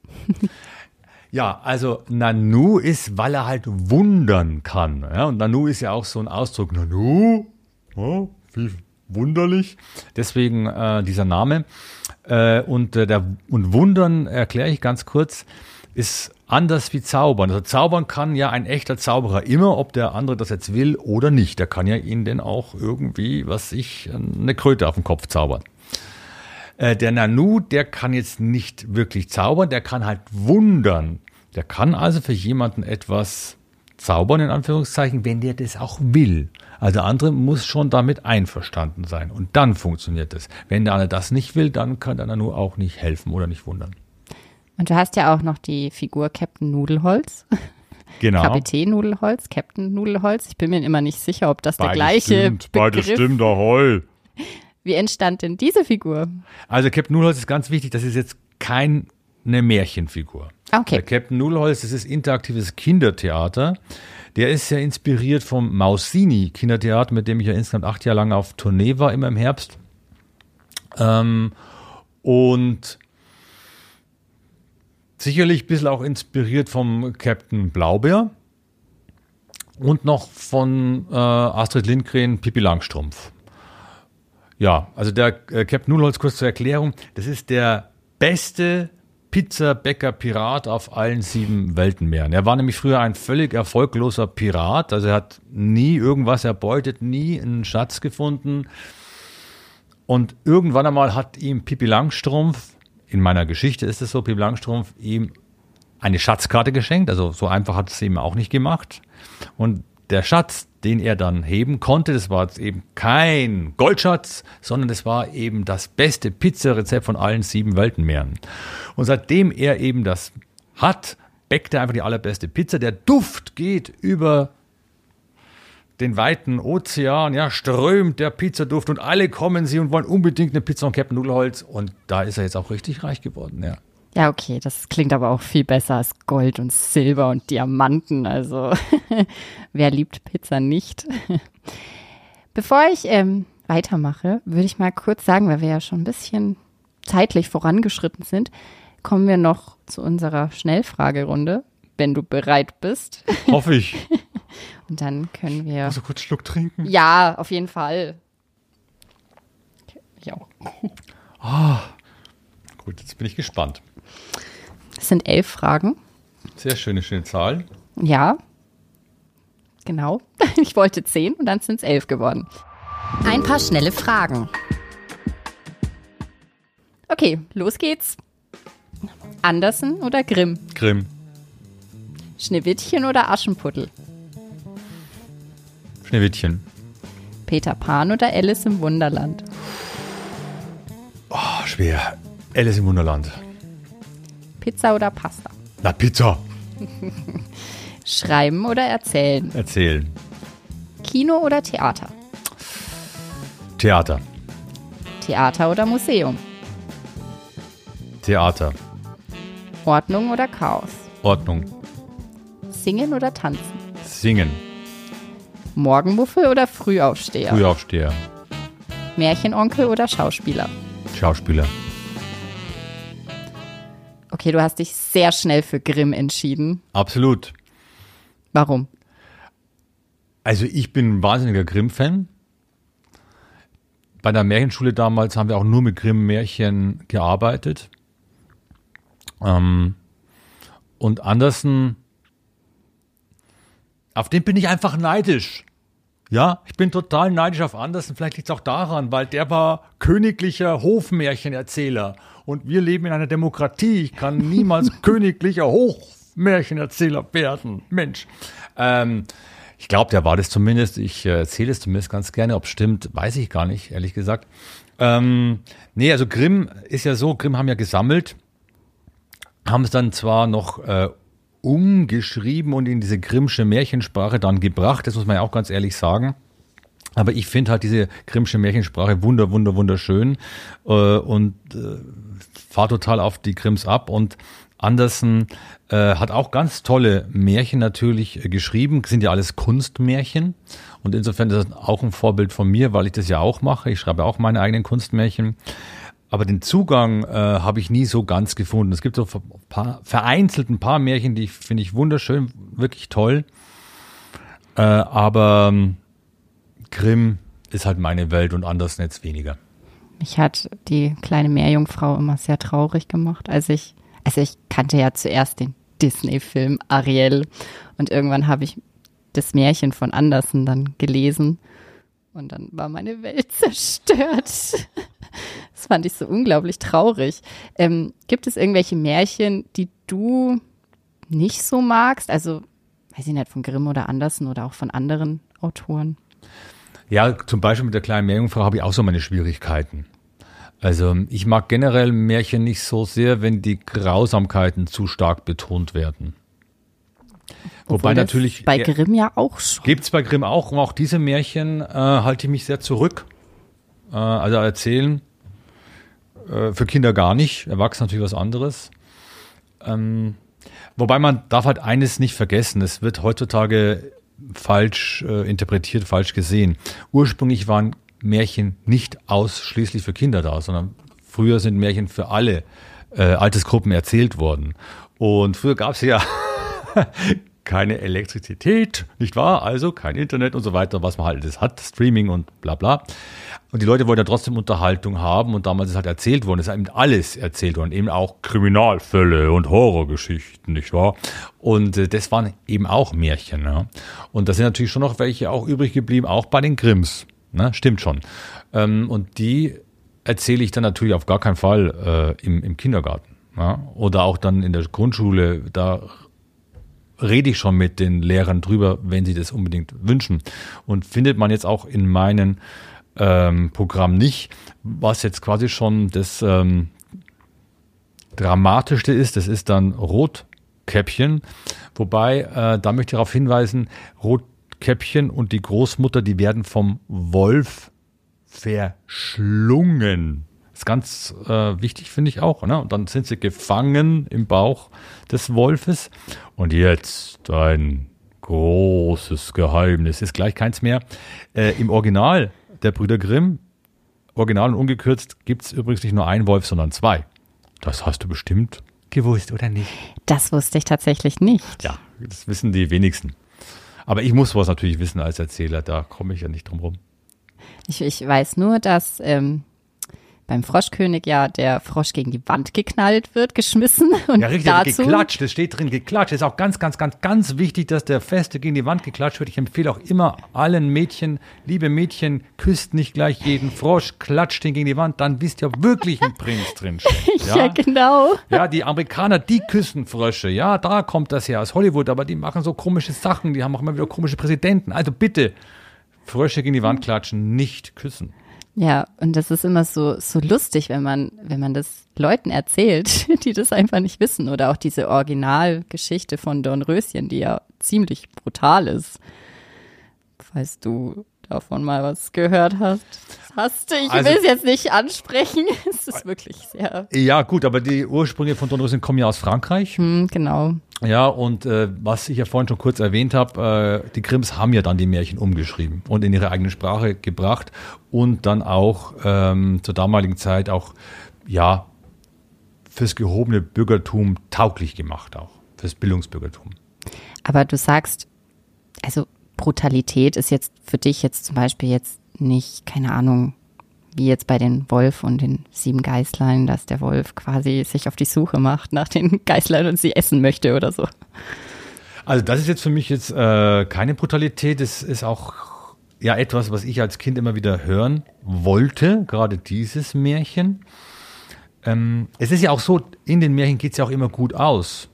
Ja, also Nanu ist, weil er halt wundern kann. Ja? Und Nanu ist ja auch so ein Ausdruck. Nanu, oh, wie wunderlich. Deswegen äh, dieser Name. Äh, und, äh, der, und Wundern, erkläre ich ganz kurz, ist anders wie Zaubern. Also Zaubern kann ja ein echter Zauberer immer, ob der andere das jetzt will oder nicht. Der kann ja ihnen denn auch irgendwie, was ich, eine Kröte auf den Kopf zaubern. Äh, der Nanu, der kann jetzt nicht wirklich zaubern, der kann halt wundern. Der kann also für jemanden etwas zaubern, in Anführungszeichen, wenn der das auch will. Also der andere muss schon damit einverstanden sein. Und dann funktioniert es. Wenn der andere das nicht will, dann kann der Nanu auch nicht helfen oder nicht wundern. Und du hast ja auch noch die Figur Captain Nudelholz. Genau. Kapitän Nudelholz, Captain Nudelholz. Ich bin mir immer nicht sicher, ob das Beides der gleiche stimmt, Begriff beides stimmt, ahoi. Wie entstand denn diese Figur? Also Captain Nudelholz ist ganz wichtig, das ist jetzt keine Märchenfigur. Okay. Der Captain Nudelholz, das ist interaktives Kindertheater. Der ist ja inspiriert vom Mausini-Kindertheater, mit dem ich ja insgesamt acht Jahre lang auf Tournee war, immer im Herbst. Ähm, und sicherlich ein bisschen auch inspiriert vom Captain Blaubeer und noch von äh, Astrid Lindgren, Pippi Langstrumpf. Ja, also der äh, Captain Nudelholz, kurz zur Erklärung, das ist der beste Pizzabäcker-Pirat auf allen sieben Weltenmeeren. Er war nämlich früher ein völlig erfolgloser Pirat, also er hat nie irgendwas erbeutet, nie einen Schatz gefunden. Und irgendwann einmal hat ihm Pippi Langstrumpf, in meiner Geschichte ist es so, Pippi Langstrumpf ihm eine Schatzkarte geschenkt, also so einfach hat es ihm auch nicht gemacht. Und der Schatz, den er dann heben konnte, das war jetzt eben kein Goldschatz, sondern das war eben das beste Pizzarezept von allen sieben Weltenmeeren. Und seitdem er eben das hat, bäckt er einfach die allerbeste Pizza. Der Duft geht über den weiten Ozean, ja, strömt der Pizzaduft und alle kommen sie und wollen unbedingt eine Pizza von Captain Nudelholz. Und da ist er jetzt auch richtig reich geworden, ja. Ja, okay, das klingt aber auch viel besser als Gold und Silber und Diamanten. Also, wer liebt Pizza nicht? Bevor ich ähm, weitermache, würde ich mal kurz sagen, weil wir ja schon ein bisschen zeitlich vorangeschritten sind, kommen wir noch zu unserer Schnellfragerunde, wenn du bereit bist. Hoffe ich. Und dann können wir... Also kurz einen Schluck trinken. Ja, auf jeden Fall. Ich auch. Ah, gut, jetzt bin ich gespannt. Es sind elf Fragen. Sehr schöne, schöne Zahl. Ja, genau. Ich wollte zehn und dann sind es elf geworden. Ein paar schnelle Fragen. Okay, los geht's. Andersen oder Grimm? Grimm. Schneewittchen oder Aschenputtel? Schneewittchen. Peter Pan oder Alice im Wunderland? Oh, schwer. Alice im Wunderland. Pizza oder Pasta? Na, Pizza. Schreiben oder erzählen? Erzählen. Kino oder Theater? Theater. Theater oder Museum? Theater. Ordnung oder Chaos? Ordnung. Singen oder tanzen? Singen. Morgenmuffel oder Frühaufsteher? Frühaufsteher. Märchenonkel oder Schauspieler? Schauspieler. Okay, du hast dich sehr schnell für Grimm entschieden. Absolut. Warum? Also ich bin ein wahnsinniger Grimm-Fan. Bei der Märchenschule damals haben wir auch nur mit Grimm-Märchen gearbeitet. Ähm, und Andersen, auf den bin ich einfach neidisch. Ja, ich bin total neidisch auf Andersen. Vielleicht liegt es auch daran, weil der war königlicher Hofmärchenerzähler. Und wir leben in einer Demokratie. Ich kann niemals königlicher Hofmärchenerzähler werden. Mensch. Ähm, ich glaube, der war das zumindest. Ich äh, erzähle es zumindest ganz gerne. Ob es stimmt, weiß ich gar nicht, ehrlich gesagt. Ähm, nee, also Grimm ist ja so, Grimm haben ja gesammelt, haben es dann zwar noch äh, umgeschrieben und in diese Grimmsche Märchensprache dann gebracht, das muss man ja auch ganz ehrlich sagen. Aber ich finde halt diese Grimmsche Märchensprache wunder, wunder, wunderschön äh, und äh, fahre total auf die Grimms ab. Und Andersen äh, hat auch ganz tolle Märchen natürlich äh, geschrieben, sind ja alles Kunstmärchen. Und insofern ist das auch ein Vorbild von mir, weil ich das ja auch mache. Ich schreibe auch meine eigenen Kunstmärchen. Aber den Zugang äh, habe ich nie so ganz gefunden. Es gibt so ein paar, vereinzelt ein paar Märchen, die finde ich wunderschön, wirklich toll. Äh, aber ähm, Grimm ist halt meine Welt und Andersen jetzt weniger. Mich hat die kleine Meerjungfrau immer sehr traurig gemacht. Also ich, also ich kannte ja zuerst den Disney-Film Ariel und irgendwann habe ich das Märchen von Andersen dann gelesen und dann war meine Welt zerstört. Das fand ich so unglaublich traurig. Ähm, gibt es irgendwelche Märchen, die du nicht so magst? Also, weiß ich nicht, von Grimm oder Andersen oder auch von anderen Autoren? Ja, zum Beispiel mit der kleinen Meerjungfrau habe ich auch so meine Schwierigkeiten. Also ich mag generell Märchen nicht so sehr, wenn die Grausamkeiten zu stark betont werden. Obwohl Wobei natürlich bei Grimm ja auch schon. Gibt es bei Grimm auch. Und auch diese Märchen äh, halte ich mich sehr zurück. Äh, also erzählen äh, für Kinder gar nicht. Erwachsene natürlich was anderes. Ähm, wobei man darf halt eines nicht vergessen. Es wird heutzutage falsch äh, interpretiert, falsch gesehen. Ursprünglich waren Märchen nicht ausschließlich für Kinder da, sondern früher sind Märchen für alle äh, Altersgruppen erzählt worden. Und früher gab es ja keine Elektrizität, nicht wahr? Also kein Internet und so weiter, was man halt das hat, Streaming und bla bla. Und die Leute wollten ja trotzdem Unterhaltung haben und damals ist halt erzählt worden, es ist eben alles erzählt worden, eben auch Kriminalfälle und Horrorgeschichten, nicht wahr? Und äh, das waren eben auch Märchen. Ja? Und da sind natürlich schon noch welche auch übrig geblieben, auch bei den Grimms. Ne? Stimmt schon. Ähm, und die erzähle ich dann natürlich auf gar keinen Fall äh, im, im Kindergarten. Ja? Oder auch dann in der Grundschule, da rede ich schon mit den Lehrern drüber, wenn sie das unbedingt wünschen. Und findet man jetzt auch in meinem ähm, Programm nicht, was jetzt quasi schon das ähm, Dramatischste ist, das ist dann Rotkäppchen. Wobei, äh, da möchte ich darauf hinweisen, Rotkäppchen und die Großmutter, die werden vom Wolf verschlungen. Das ist ganz äh, wichtig, finde ich auch. Ne? Und dann sind sie gefangen im Bauch des Wolfes. Und jetzt ein großes Geheimnis. Ist gleich keins mehr. Äh, Im Original der Brüder Grimm, original und ungekürzt, gibt es übrigens nicht nur einen Wolf, sondern zwei. Das hast du bestimmt gewusst, oder nicht? Das wusste ich tatsächlich nicht. Ja, das wissen die wenigsten. Aber ich muss was natürlich wissen als Erzähler, da komme ich ja nicht drum rum. Ich, ich weiß nur, dass ähm, beim Froschkönig ja der Frosch gegen die Wand geknallt wird, geschmissen. Und ja, richtig, dazu geklatscht, das steht drin, geklatscht. Das ist auch ganz, ganz, ganz, ganz wichtig, dass der Feste gegen die Wand geklatscht wird. Ich empfehle auch immer allen Mädchen, liebe Mädchen, küsst nicht gleich jeden Frosch, klatscht ihn gegen die Wand, dann wisst ihr wirklich ein Prinz drinsteckt. Ja, ja, genau. Ja, die Amerikaner, die küssen Frösche. Ja, da kommt das her aus Hollywood, aber die machen so komische Sachen, die haben auch immer wieder komische Präsidenten. Also bitte, Frösche gegen die Wand klatschen, nicht küssen. Ja, und das ist immer so, so lustig, wenn man, wenn man das Leuten erzählt, die das einfach nicht wissen. Oder auch diese Originalgeschichte von Dornröschen, die ja ziemlich brutal ist. Falls du davon mal was gehört hast. Hast du, ich Also, will es jetzt nicht ansprechen. Es ist wirklich sehr. Ja, gut, aber die Ursprünge von Dornröschen kommen ja aus Frankreich. Hm, genau. Ja, und äh, was ich ja vorhin schon kurz erwähnt habe, äh, die Grimms haben ja dann die Märchen umgeschrieben und in ihre eigene Sprache gebracht und dann auch ähm, zur damaligen Zeit auch, ja, fürs gehobene Bürgertum tauglich gemacht auch, fürs Bildungsbürgertum. Aber du sagst, also Brutalität ist jetzt für dich jetzt zum Beispiel jetzt nicht, keine Ahnung, wie jetzt bei den Wolf und den sieben Geißlein, dass der Wolf quasi sich auf die Suche macht nach den Geißlein und sie essen möchte oder so. Also das ist jetzt für mich jetzt äh, keine Brutalität, das ist auch ja etwas, was ich als Kind immer wieder hören wollte, gerade dieses Märchen. Ähm, es ist ja auch so, in den Märchen geht es ja auch immer gut aus.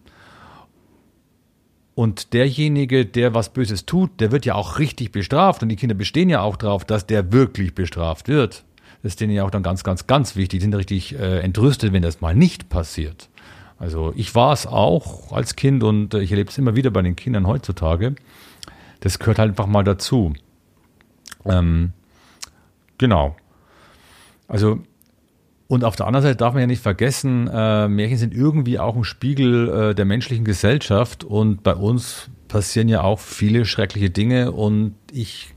Und derjenige, der was Böses tut, der wird ja auch richtig bestraft. Und die Kinder bestehen ja auch darauf, dass der wirklich bestraft wird. Das ist denen ja auch dann ganz, ganz, ganz wichtig. Die sind richtig äh, entrüstet, wenn das mal nicht passiert. Also ich war es auch als Kind und äh, ich erlebe es immer wieder bei den Kindern heutzutage. Das gehört halt einfach mal dazu. Ähm, genau. Also und auf der anderen Seite darf man ja nicht vergessen, äh, Märchen sind irgendwie auch ein Spiegel äh, der menschlichen Gesellschaft und bei uns passieren ja auch viele schreckliche Dinge und ich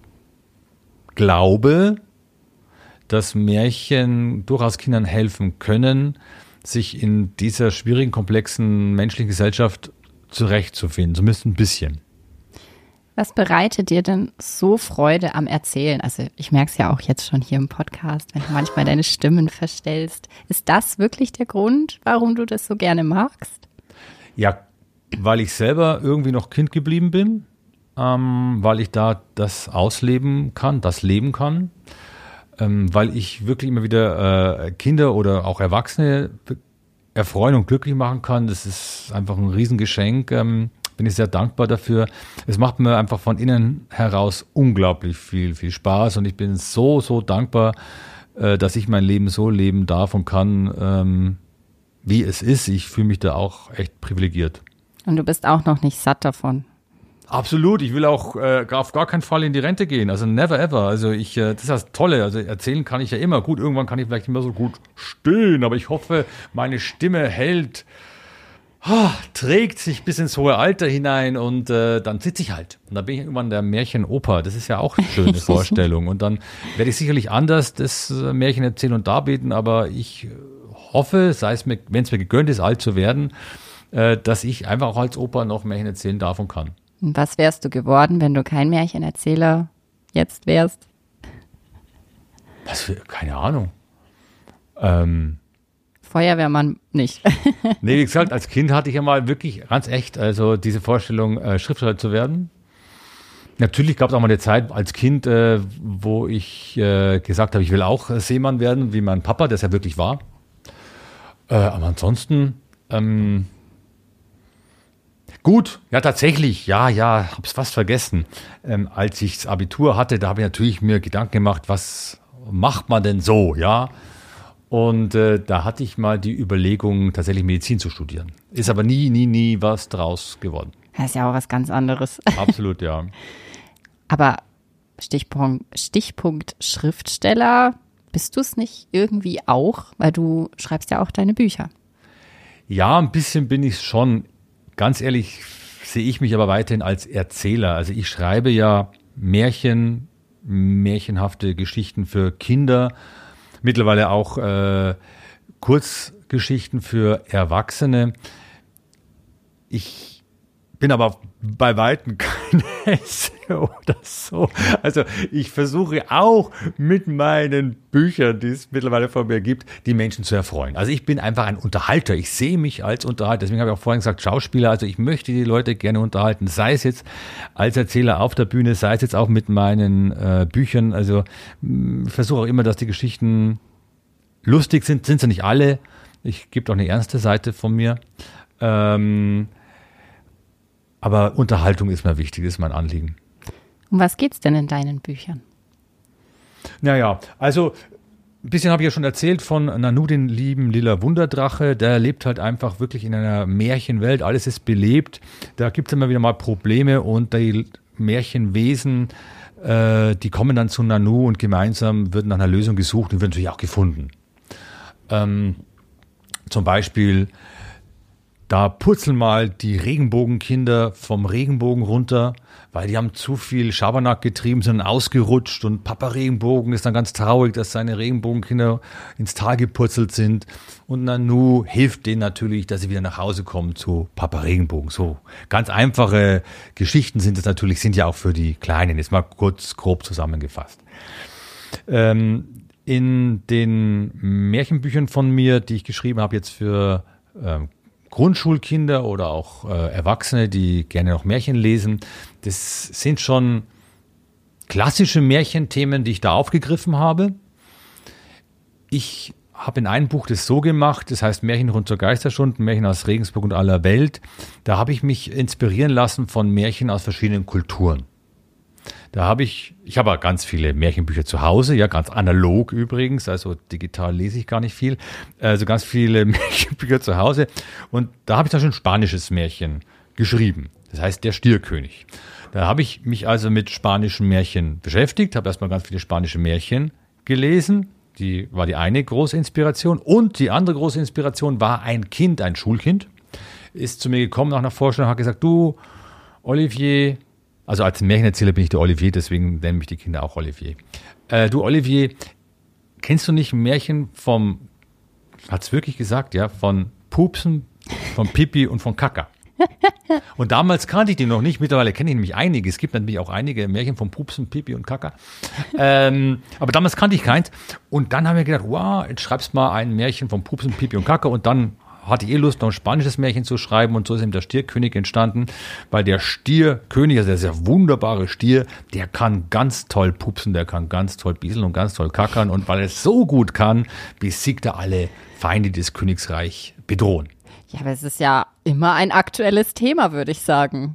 glaube, dass Märchen durchaus Kindern helfen können, sich in dieser schwierigen, komplexen menschlichen Gesellschaft zurechtzufinden, zumindest ein bisschen. Was bereitet dir denn so Freude am Erzählen? Also ich merke es ja auch jetzt schon hier im Podcast, wenn du manchmal deine Stimmen verstellst. Ist das wirklich der Grund, warum du das so gerne magst? Ja, weil ich selber irgendwie noch Kind geblieben bin, ähm, weil ich da das ausleben kann, das leben kann, ähm, weil ich wirklich immer wieder äh, Kinder oder auch Erwachsene erfreuen und glücklich machen kann. Das ist einfach ein Riesengeschenk. Ähm, bin ich sehr dankbar dafür. Es macht mir einfach von innen heraus unglaublich viel, viel Spaß und ich bin so, so dankbar, äh, dass ich mein Leben so leben darf und kann, ähm, wie es ist. Ich fühle mich da auch echt privilegiert. Und du bist auch noch nicht satt davon. Absolut. Ich will auch äh, auf gar keinen Fall in die Rente gehen. Also never ever. Also ich, äh, das ist das Tolle. Also erzählen kann ich ja immer. Gut, irgendwann kann ich vielleicht nicht mehr so gut stehen, aber ich hoffe, meine Stimme hält, oh, trägt sich bis ins hohe Alter hinein und äh, dann sitze ich halt. Und dann bin ich irgendwann der Märchenoper. Das ist ja auch eine schöne Vorstellung. Und dann werde ich sicherlich anders das äh, Märchen erzählen und darbieten, aber ich hoffe, sei es mir, wenn es mir gegönnt ist, alt zu werden, äh, dass ich einfach auch als Opa noch Märchen erzählen darf und kann. Und was wärst du geworden, wenn du kein Märchenerzähler jetzt wärst? Was für, keine Ahnung. Ähm, Feuerwehrmann nicht. nee, wie gesagt, als Kind hatte ich ja mal wirklich ganz echt also diese Vorstellung, äh, Schriftsteller zu werden. Natürlich gab es auch mal eine Zeit als Kind, äh, wo ich äh, gesagt habe, ich will auch äh, Seemann werden, wie mein Papa, der es ja wirklich war. Äh, aber ansonsten, ähm, gut, ja tatsächlich, ja, ja, hab's fast vergessen. Ähm, als ich das Abitur hatte, da habe ich natürlich mir Gedanken gemacht, was macht man denn so, ja? Und äh, da hatte ich mal die Überlegung, tatsächlich Medizin zu studieren. Ist aber nie, nie, nie was draus geworden. Das ist ja auch was ganz anderes. Absolut, ja. Aber Stichpunkt, Stichpunkt Schriftsteller, bist du es nicht irgendwie auch? Weil du schreibst ja auch deine Bücher. Ja, ein bisschen bin ich schon. Ganz ehrlich sehe ich mich aber weiterhin als Erzähler. Also ich schreibe ja Märchen, märchenhafte Geschichten für Kinder, mittlerweile auch äh, Kurz, Geschichten für Erwachsene. Ich bin aber bei Weitem kein Hesse oder so. Also ich versuche auch mit meinen Büchern, die es mittlerweile von mir gibt, die Menschen zu erfreuen. Also ich bin einfach ein Unterhalter. Ich sehe mich als Unterhalter. Deswegen habe ich auch vorhin gesagt, Schauspieler. Also ich möchte die Leute gerne unterhalten. Sei es jetzt als Erzähler auf der Bühne, sei es jetzt auch mit meinen äh, Büchern. Also ich versuche auch immer, dass die Geschichten lustig sind. Sind sie nicht alle. Ich gebe auch eine ernste Seite von mir. Ähm, Aber Unterhaltung ist mir wichtig, ist mein Anliegen. Um was geht's denn in deinen Büchern? Naja, also ein bisschen habe ich ja schon erzählt von Nanu, den lieben lila Wunderdrache. Der lebt halt einfach wirklich in einer Märchenwelt. Alles ist belebt. Da gibt es immer wieder mal Probleme und die Märchenwesen, äh, die kommen dann zu Nanu und gemeinsam wird nach einer Lösung gesucht und wird natürlich auch gefunden. Ähm, zum Beispiel da purzeln mal die Regenbogenkinder vom Regenbogen runter, weil die haben zu viel Schabernack getrieben, sind ausgerutscht und Papa Regenbogen ist dann ganz traurig, dass seine Regenbogenkinder ins Tal gepurzelt sind. Und Nanu hilft denen natürlich, dass sie wieder nach Hause kommen zu Papa Regenbogen. So ganz einfache Geschichten sind es natürlich, sind ja auch für die Kleinen. Jetzt mal kurz grob zusammengefasst. Ähm, in den Märchenbüchern von mir, die ich geschrieben habe jetzt für ähm, Grundschulkinder oder auch äh, Erwachsene, die gerne noch Märchen lesen. Das sind schon klassische Märchenthemen, die ich da aufgegriffen habe. Ich habe in einem Buch das so gemacht, das heißt Märchen rund zur Geisterstunde, Märchen aus Regensburg und aller Welt. Da habe ich mich inspirieren lassen von Märchen aus verschiedenen Kulturen. Da habe ich, ich habe ganz viele Märchenbücher zu Hause, ja, ganz analog übrigens, also digital lese ich gar nicht viel, also ganz viele Märchenbücher zu Hause und da habe ich da schon ein spanisches Märchen geschrieben, das heißt Der Stierkönig. Da habe ich mich also mit spanischen Märchen beschäftigt, habe erstmal ganz viele spanische Märchen gelesen, die war die eine große Inspiration und die andere große Inspiration war ein Kind, ein Schulkind, ist zu mir gekommen nach einer Vorstellung und hat gesagt, du Olivier, also als Märchenerzähler bin ich der Olivier, deswegen nennen mich die Kinder auch Olivier. Äh, du Olivier, kennst du nicht ein Märchen vom, hat's wirklich gesagt, ja, von Pupsen, von Pipi und von Kaka? Und damals kannte ich die noch nicht, mittlerweile kenne ich nämlich einige. Es gibt natürlich auch einige Märchen von Pupsen, Pipi und Kaka. Ähm, aber damals kannte ich keins. Und dann haben wir gedacht, wow, jetzt schreibst mal ein Märchen von Pupsen, Pipi und Kaka und dann hatte ich eh Lust, noch ein spanisches Märchen zu schreiben und so ist eben der Stierkönig entstanden, weil der Stierkönig, also der sehr wunderbare Stier, der kann ganz toll pupsen, der kann ganz toll bieseln und ganz toll kackern und weil er es so gut kann, besiegt er alle Feinde, die das Königsreich bedrohen. Ja, aber es ist ja immer ein aktuelles Thema, würde ich sagen.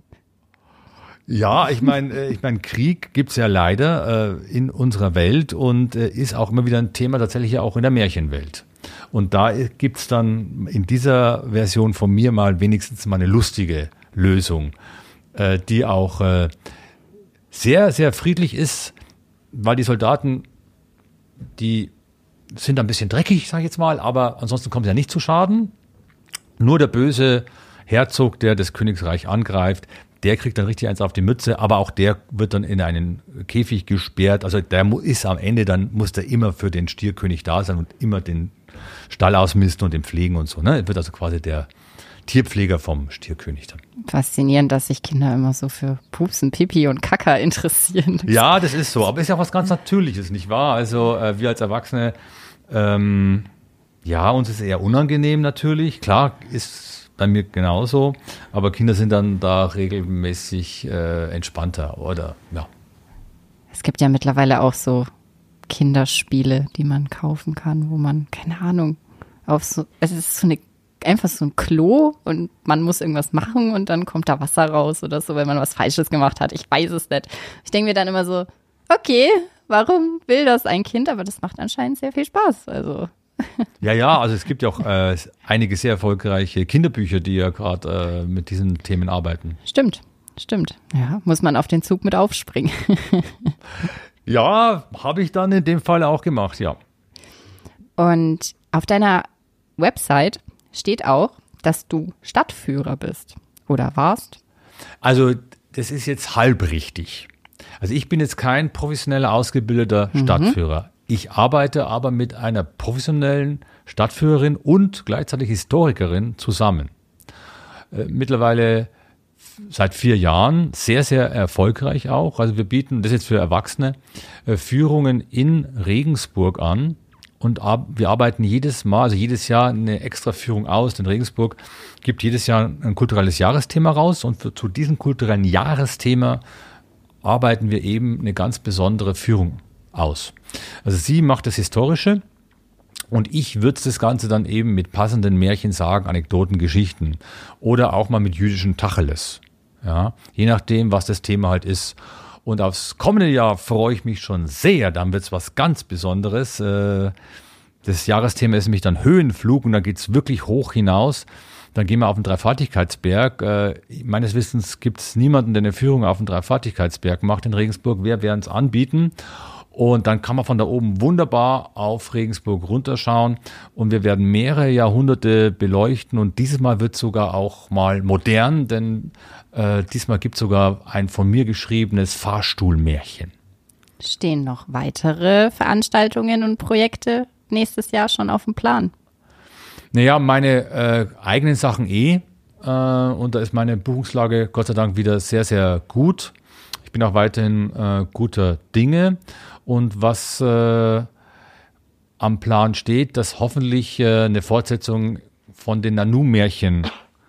Ja, ich meine, ich mein, Krieg gibt's ja leider äh, in unserer Welt und äh, ist auch immer wieder ein Thema tatsächlich ja auch in der Märchenwelt. Und da gibt's dann in dieser Version von mir mal wenigstens mal eine lustige Lösung, äh, die auch äh, sehr, sehr friedlich ist, weil die Soldaten, die sind ein bisschen dreckig, sag ich jetzt mal, aber ansonsten kommen sie ja nicht zu Schaden. Nur der böse Herzog, der das Königreich angreift, der kriegt dann richtig eins auf die Mütze, aber auch der wird dann in einen Käfig gesperrt. Also der ist am Ende, dann muss der immer für den Stierkönig da sein und immer den Stall ausmisten und den pflegen und so. Ne? Er wird also quasi der Tierpfleger vom Stierkönig dann. Faszinierend, dass sich Kinder immer so für Pupsen, Pipi und Kaka interessieren. Ja, das ist so, aber ist ja auch was ganz Natürliches, nicht wahr? Also äh, wir als Erwachsene, ähm, ja, uns ist eher unangenehm natürlich. Klar, ist bei mir genauso, aber Kinder sind dann da regelmäßig äh, entspannter, oder? Ja. Es gibt ja mittlerweile auch so Kinderspiele, die man kaufen kann, wo man, keine Ahnung, auf so, es ist so eine, einfach so ein Klo und man muss irgendwas machen und dann kommt da Wasser raus oder so, wenn man was Falsches gemacht hat. Ich weiß es nicht. Ich denke mir dann immer so, okay, warum will das ein Kind? Aber das macht anscheinend sehr viel Spaß, also. Ja, ja, also es gibt ja auch äh, einige sehr erfolgreiche Kinderbücher, die ja gerade äh, mit diesen Themen arbeiten. Stimmt, stimmt. Ja, muss man auf den Zug mit aufspringen. Ja, habe ich dann in dem Fall auch gemacht, ja. Und auf deiner Website steht auch, dass du Stadtführer bist oder warst. Also das ist jetzt halb richtig. Also ich bin jetzt kein professioneller, ausgebildeter Mhm. Stadtführer. Ich arbeite aber mit einer professionellen Stadtführerin und gleichzeitig Historikerin zusammen. Äh, mittlerweile seit vier Jahren, sehr, sehr erfolgreich auch. Also wir bieten, das jetzt für Erwachsene, äh, Führungen in Regensburg an. Und ab, wir arbeiten jedes Mal, also jedes Jahr eine extra Führung aus. Denn Regensburg gibt jedes Jahr ein kulturelles Jahresthema raus. Und für, zu diesem kulturellen Jahresthema arbeiten wir eben eine ganz besondere Führung aus. Also sie macht das Historische und ich würze das Ganze dann eben mit passenden Märchen, Sagen, Anekdoten, Geschichten oder auch mal mit jüdischen Tacheles. Ja, je nachdem, was das Thema halt ist. Und aufs kommende Jahr freue ich mich schon sehr. Dann wird es was ganz Besonderes. Das Jahresthema ist nämlich dann Höhenflug und da geht es wirklich hoch hinaus. Dann gehen wir auf den Dreifaltigkeitsberg. Äh, meines Wissens gibt es niemanden, der eine Führung auf den Dreifaltigkeitsberg macht in Regensburg. Wir werden es anbieten. Und dann kann man von da oben wunderbar auf Regensburg runterschauen. Und wir werden mehrere Jahrhunderte beleuchten. Und dieses Mal wird es sogar auch mal modern, denn äh, diesmal gibt es sogar ein von mir geschriebenes Fahrstuhlmärchen. Stehen noch weitere Veranstaltungen und Projekte nächstes Jahr schon auf dem Plan? Naja, meine äh, eigenen Sachen eh. Äh, und da ist meine Buchungslage Gott sei Dank wieder sehr, sehr gut. Ich bin auch weiterhin äh, guter Dinge. Und was äh, am Plan steht, dass hoffentlich äh, eine Fortsetzung von den Nanu-Märchen,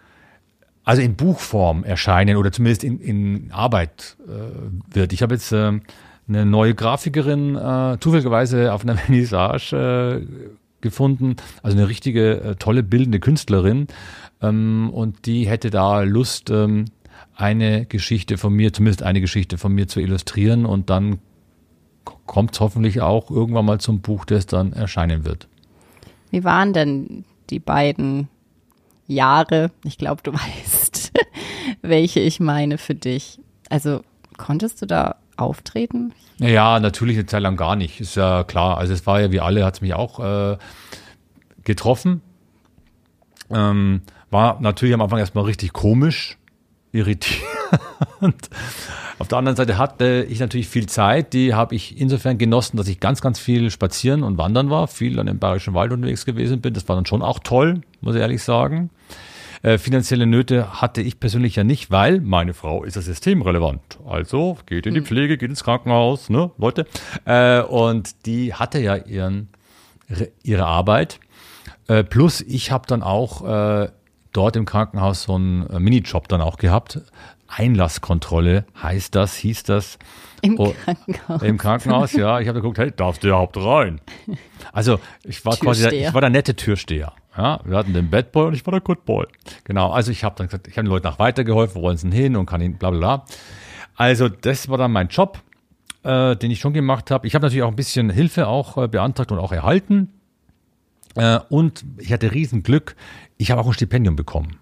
also in Buchform erscheinen oder zumindest in, in Arbeit äh, wird. Ich habe jetzt äh, eine neue Grafikerin äh, zufälligerweise auf einer Vernissage äh, gefunden, also eine richtige äh, tolle bildende Künstlerin ähm, und die hätte da Lust, ähm, eine Geschichte von mir, zumindest eine Geschichte von mir zu illustrieren und dann kommt es hoffentlich auch irgendwann mal zum Buch, das dann erscheinen wird. Wie waren denn die beiden Jahre? Ich glaube, du weißt, welche ich meine für dich. Also konntest du da auftreten? Ja, natürlich eine Zeit lang gar nicht, ist ja klar. Also es war ja wie alle, hat es mich auch äh, getroffen. Ähm, war natürlich am Anfang erstmal richtig komisch, irritierend. Auf der anderen Seite hatte ich natürlich viel Zeit, die habe ich insofern genossen, dass ich ganz, ganz viel spazieren und wandern war, viel an dem Bayerischen Wald unterwegs gewesen bin. Das war dann schon auch toll, muss ich ehrlich sagen. Äh, finanzielle Nöte hatte ich persönlich ja nicht, weil meine Frau ist ja systemrelevant. Also geht in die Pflege, geht ins Krankenhaus, ne, Leute. Äh, und die hatte ja ihren, ihre Arbeit. Äh, plus ich habe dann auch äh, dort im Krankenhaus so einen äh, Minijob dann auch gehabt. Einlasskontrolle heißt das, hieß das. Im oh, Krankenhaus. Im Krankenhaus, ja. Ich habe geguckt, hey, darfst du überhaupt rein? Also ich war quasi, der, ich war der nette Türsteher. Ja, wir hatten den Bad Boy und ich war der Good Boy. Genau, also ich habe dann gesagt, ich habe den Leuten auch weitergeholfen, wo wollen sie denn hin und kann ihnen bla bla bla. Also das war dann mein Job, äh, den ich schon gemacht habe. Ich habe natürlich auch ein bisschen Hilfe auch äh, beantragt und auch erhalten. Äh, und ich hatte riesen Glück, ich habe auch ein Stipendium bekommen.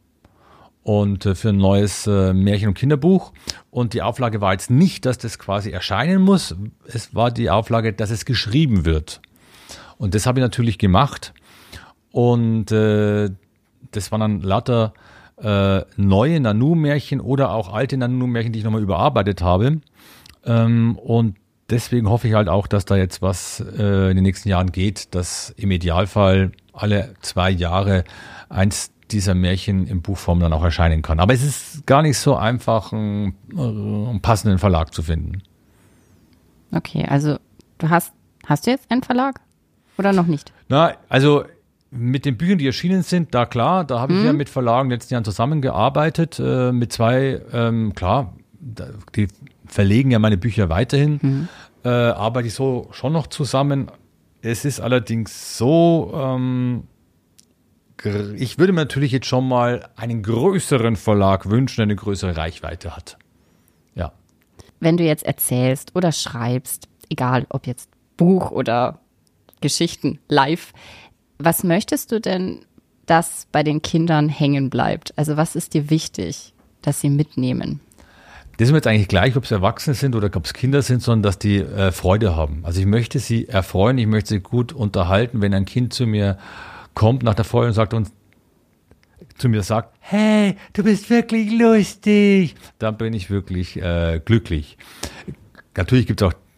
Und äh, für ein neues äh, Märchen- und Kinderbuch. Und die Auflage war jetzt nicht, dass das quasi erscheinen muss. Es war die Auflage, dass es geschrieben wird. Und das habe ich natürlich gemacht. Und äh, das waren dann lauter äh, neue Nanu-Märchen oder auch alte Nanu-Märchen, die ich nochmal überarbeitet habe. Ähm, und deswegen hoffe ich halt auch, dass da jetzt was äh, in den nächsten Jahren geht, dass im Idealfall alle zwei Jahre eins dieser Märchen in Buchform dann auch erscheinen kann. Aber es ist gar nicht so einfach, einen, einen passenden Verlag zu finden. Okay, also du hast, hast du jetzt einen Verlag oder noch nicht? Na, also mit den Büchern, die erschienen sind, da klar, da habe ich Mhm. ja mit Verlagen in den letzten Jahren zusammengearbeitet, äh, mit zwei, ähm, klar, da, die verlegen ja meine Bücher weiterhin, Mhm. äh, arbeite ich so schon noch zusammen. Es ist allerdings so, ähm, gr- ich würde mir natürlich jetzt schon mal einen größeren Verlag wünschen, der eine größere Reichweite hat. Ja. Wenn du jetzt erzählst oder schreibst, egal ob jetzt Buch oder Geschichten live, was möchtest du denn, dass bei den Kindern hängen bleibt? Also was ist dir wichtig, dass sie mitnehmen? Das ist mir jetzt eigentlich gleich, ob es Erwachsene sind oder ob es Kinder sind, sondern dass die äh, Freude haben. Also ich möchte sie erfreuen, ich möchte sie gut unterhalten. Wenn ein Kind zu mir kommt nach der Vorstellung und sagt und zu mir sagt, hey, du bist wirklich lustig, dann bin ich wirklich äh, glücklich. Natürlich gibt es auch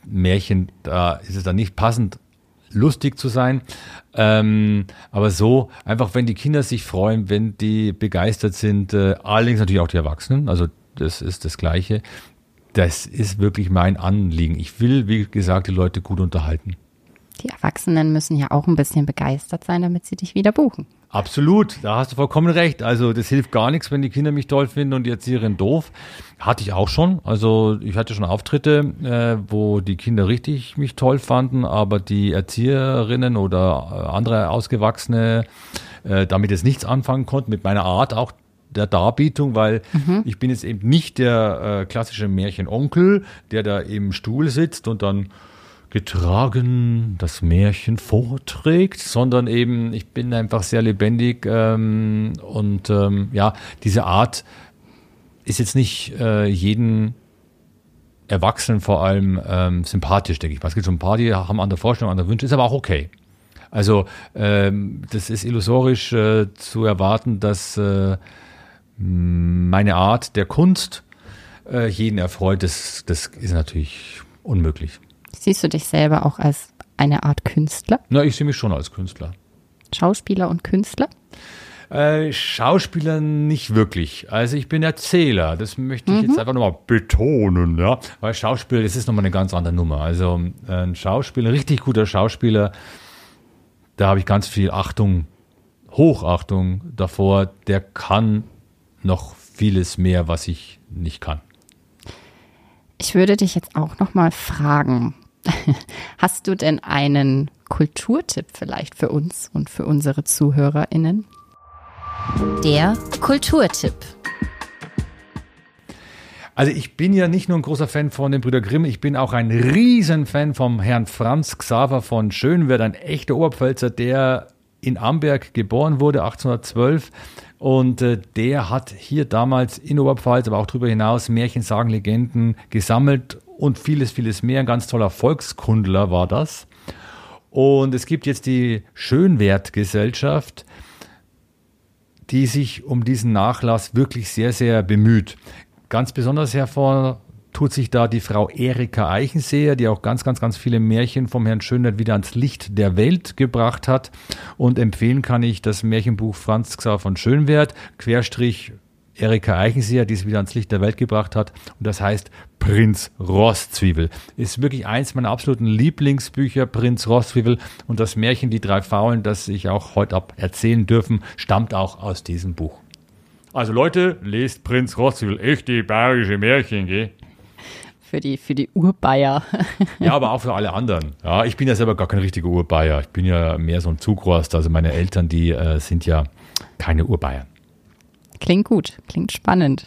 Märchen, da ist es dann nicht passend, lustig zu sein. Ähm, aber so, einfach wenn die Kinder sich freuen, wenn die begeistert sind, äh, allerdings natürlich auch die Erwachsenen, also das ist das Gleiche. Das ist wirklich mein Anliegen. Ich will, wie gesagt, die Leute gut unterhalten. Die Erwachsenen müssen ja auch ein bisschen begeistert sein, damit sie dich wieder buchen. Absolut, da hast du vollkommen recht. Also das hilft gar nichts, wenn die Kinder mich toll finden und die Erzieherin doof. Hatte ich auch schon. Also ich hatte schon Auftritte, äh, wo die Kinder richtig mich toll fanden, aber die Erzieherinnen oder andere Ausgewachsene äh, damit jetzt nichts anfangen konnten, mit meiner Art auch der Darbietung, weil mhm. ich bin jetzt eben nicht der äh, klassische Märchenonkel, der da im Stuhl sitzt und dann getragen das Märchen vorträgt, sondern eben, ich bin einfach sehr lebendig ähm, und ähm, ja, diese Art ist jetzt nicht äh, jeden Erwachsenen vor allem ähm, sympathisch, denke ich mal. Es gibt so ein paar, die haben andere Vorstellungen, andere Wünsche, ist aber auch okay. Also ähm, das ist illusorisch äh, zu erwarten, dass äh, meine Art der Kunst äh, jeden erfreut, das, das ist natürlich unmöglich. Siehst du dich selber auch als eine Art Künstler? Na, ich sehe mich schon als Künstler. Schauspieler und Künstler? Äh, Schauspieler nicht wirklich. Also ich bin Erzähler. Das möchte ich mhm. jetzt einfach nochmal betonen, ja. Weil Schauspiel, das ist nochmal eine ganz andere Nummer. Also ein Schauspieler, ein richtig guter Schauspieler, da habe ich ganz viel Achtung, Hochachtung davor. Der kann noch vieles mehr, was ich nicht kann. Ich würde dich jetzt auch noch mal fragen, hast du denn einen Kulturtipp vielleicht für uns und für unsere ZuhörerInnen? Der Kulturtipp. Also ich bin ja nicht nur ein großer Fan von den Brüder Grimm, ich bin auch ein Riesenfan vom Herrn Franz Xaver von Schönwerth, ein echter Oberpfälzer, der in Amberg geboren wurde, achtzehnhundertzwölf. Und äh, der hat hier damals in Oberpfalz, aber auch darüber hinaus Märchen, Sagen, Legenden gesammelt und vieles, vieles mehr. Ein ganz toller Volkskundler war das. Und es gibt jetzt die Schönwerth-Gesellschaft, die sich um diesen Nachlass wirklich sehr, sehr bemüht. Ganz besonders hervor tut sich da die Frau Erika Eichenseher, die auch ganz, ganz, ganz viele Märchen vom Herrn Schönwerth wieder ans Licht der Welt gebracht hat. Und empfehlen kann ich das Märchenbuch Franz Xaver von Schönwerth, Querstrich Erika Eichenseher, die es wieder ans Licht der Welt gebracht hat. Und das heißt Prinz Rosszwiebel. Ist wirklich eins meiner absoluten Lieblingsbücher, Prinz Rosszwiebel. Und das Märchen Die drei Faulen, das ich auch heute ab erzählen dürfen, stammt auch aus diesem Buch. Also Leute, lest Prinz Rosszwiebel. Echt die bayerische Märchen, gell? Für die, für die Urbayer. Ja, aber auch für alle anderen. Ja, ich bin ja selber gar kein richtiger Urbayer. Ich bin ja mehr so ein Zugrost. Also meine Eltern, die äh, sind ja keine Urbayern. Klingt gut, klingt spannend.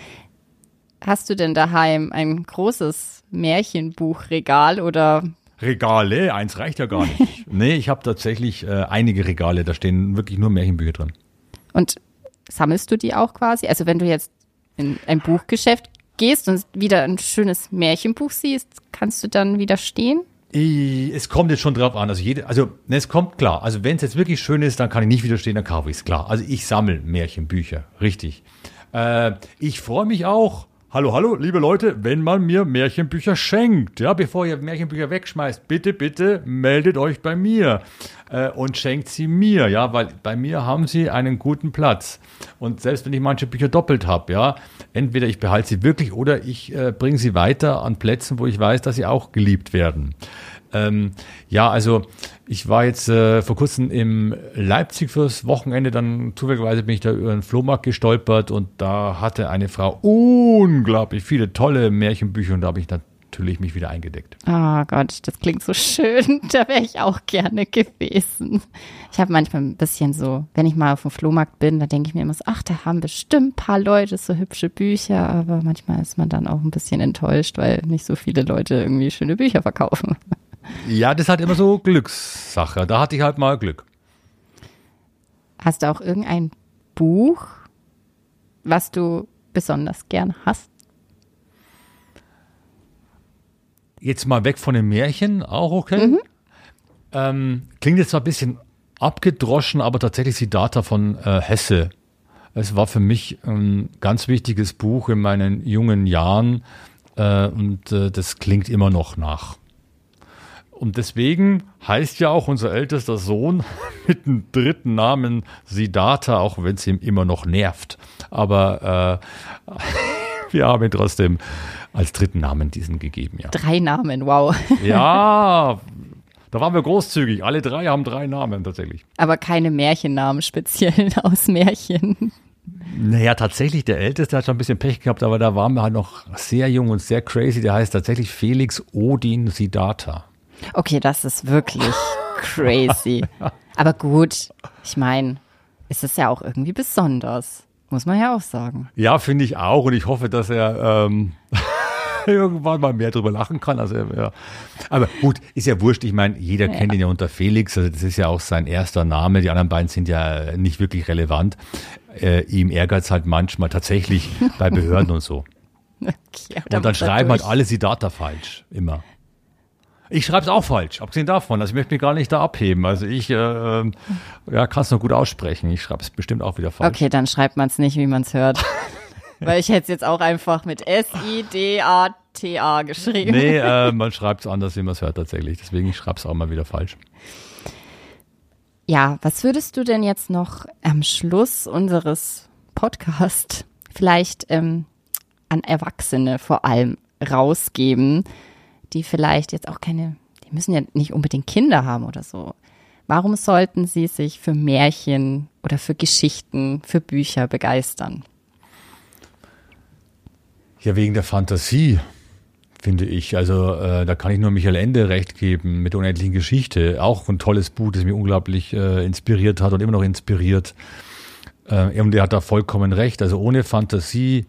Hast du denn daheim ein großes Märchenbuchregal oder? Regale? Eins reicht ja gar nicht. Nee, ich habe tatsächlich äh, einige Regale. Da stehen wirklich nur Märchenbücher drin. Und sammelst du die auch quasi? Also wenn du jetzt in ein Buchgeschäft gehst und wieder ein schönes Märchenbuch siehst, kannst du dann wieder stehen? Es kommt jetzt schon drauf an. Also, jede, also ne, es kommt klar. Also wenn es jetzt wirklich schön ist, dann kann ich nicht widerstehen, dann kaufe ich es, klar. Also ich sammle Märchenbücher, richtig. Äh, ich freue mich auch, hallo, hallo, liebe Leute, wenn man mir Märchenbücher schenkt. Ja, bevor ihr Märchenbücher wegschmeißt, bitte, bitte meldet euch bei mir äh, und schenkt sie mir, ja, weil bei mir haben sie einen guten Platz. Und selbst wenn ich manche Bücher doppelt habe, ja, entweder ich behalte sie wirklich oder ich äh, bringe sie weiter an Plätzen, wo ich weiß, dass sie auch geliebt werden. Ähm, ja, also ich war jetzt äh, vor kurzem in Leipzig fürs Wochenende, dann zufälligerweise bin ich da über einen Flohmarkt gestolpert und da hatte eine Frau unglaublich viele tolle Märchenbücher und da habe ich natürlich mich wieder eingedeckt. Oh Gott, das klingt so schön, da wäre ich auch gerne gewesen. Ich habe manchmal ein bisschen so, wenn ich mal auf dem Flohmarkt bin, da denke ich mir immer so, ach, da haben bestimmt ein paar Leute so hübsche Bücher, aber manchmal ist man dann auch ein bisschen enttäuscht, weil nicht so viele Leute irgendwie schöne Bücher verkaufen. Ja, das ist halt immer so Glückssache. Da hatte ich halt mal Glück. Hast du auch irgendein Buch, was du besonders gern hast? Jetzt mal weg von den Märchen, auch okay. Mhm. Ähm, klingt jetzt zwar ein bisschen abgedroschen, aber tatsächlich Siddhartha von äh, Hesse. Es war für mich ein ganz wichtiges Buch in meinen jungen Jahren äh, und äh, das klingt immer noch nach. Und deswegen heißt ja auch unser ältester Sohn mit dem dritten Namen Siddhartha, auch wenn es ihm immer noch nervt. Aber äh, wir haben ihn trotzdem als dritten Namen diesen gegeben. Ja. Drei Namen, wow. Ja, da waren wir großzügig. Alle drei haben drei Namen tatsächlich. Aber keine Märchennamen speziell aus Märchen. Naja, tatsächlich, der Älteste hat schon ein bisschen Pech gehabt, aber da waren wir halt noch sehr jung und sehr crazy. Der heißt tatsächlich Felix Odin Siddhartha. Okay, das ist wirklich crazy. Aber gut, ich meine, es ist ja auch irgendwie besonders. Muss man ja auch sagen. Ja, finde ich auch. Und ich hoffe, dass er ähm, irgendwann mal mehr drüber lachen kann. Also, ja. Aber gut, ist ja wurscht. Ich meine, jeder ja. kennt ihn ja unter Felix. Also das ist ja auch sein erster Name. Die anderen beiden sind ja nicht wirklich relevant. Äh, ihm ärgert es halt manchmal tatsächlich bei Behörden und so. Okay, und dann schreiben halt alle Siddhartha falsch. Immer. Ich schreibe es auch falsch, abgesehen davon. Also ich möchte mich gar nicht da abheben. Also ich äh, ja, kann es noch gut aussprechen. Ich schreibe es bestimmt auch wieder falsch. Okay, dann schreibt man es nicht, wie man es hört. Weil ich hätte es jetzt auch einfach mit S I D A T A geschrieben. Nee, äh, man schreibt es anders, wie man es hört tatsächlich. Deswegen ich schreibe es auch mal wieder falsch. Ja, was würdest du denn jetzt noch am Schluss unseres Podcasts vielleicht ähm, an Erwachsene vor allem rausgeben, die vielleicht jetzt auch keine, die müssen ja nicht unbedingt Kinder haben oder so. Warum sollten sie sich für Märchen oder für Geschichten, für Bücher begeistern? Ja, wegen der Fantasie, finde ich. Also äh, da kann ich nur Michael Ende recht geben mit der unendlichen Geschichte. Auch ein tolles Buch, das mich unglaublich äh, inspiriert hat und immer noch inspiriert. Äh, und er hat da vollkommen recht. Also ohne Fantasie,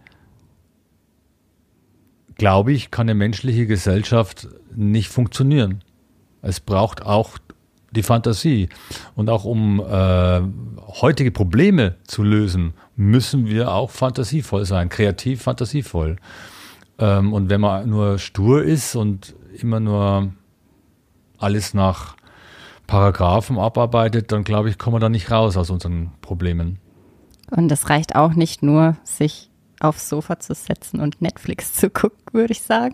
glaube ich, kann eine menschliche Gesellschaft nicht funktionieren. Es braucht auch die Fantasie. Und auch um äh, heutige Probleme zu lösen, müssen wir auch fantasievoll sein, kreativ fantasievoll. Ähm, und wenn man nur stur ist und immer nur alles nach Paragraphen abarbeitet, dann glaube ich, kommen wir da nicht raus aus unseren Problemen. Und es reicht auch nicht nur, sich aufs Sofa zu setzen und Netflix zu gucken, würde ich sagen.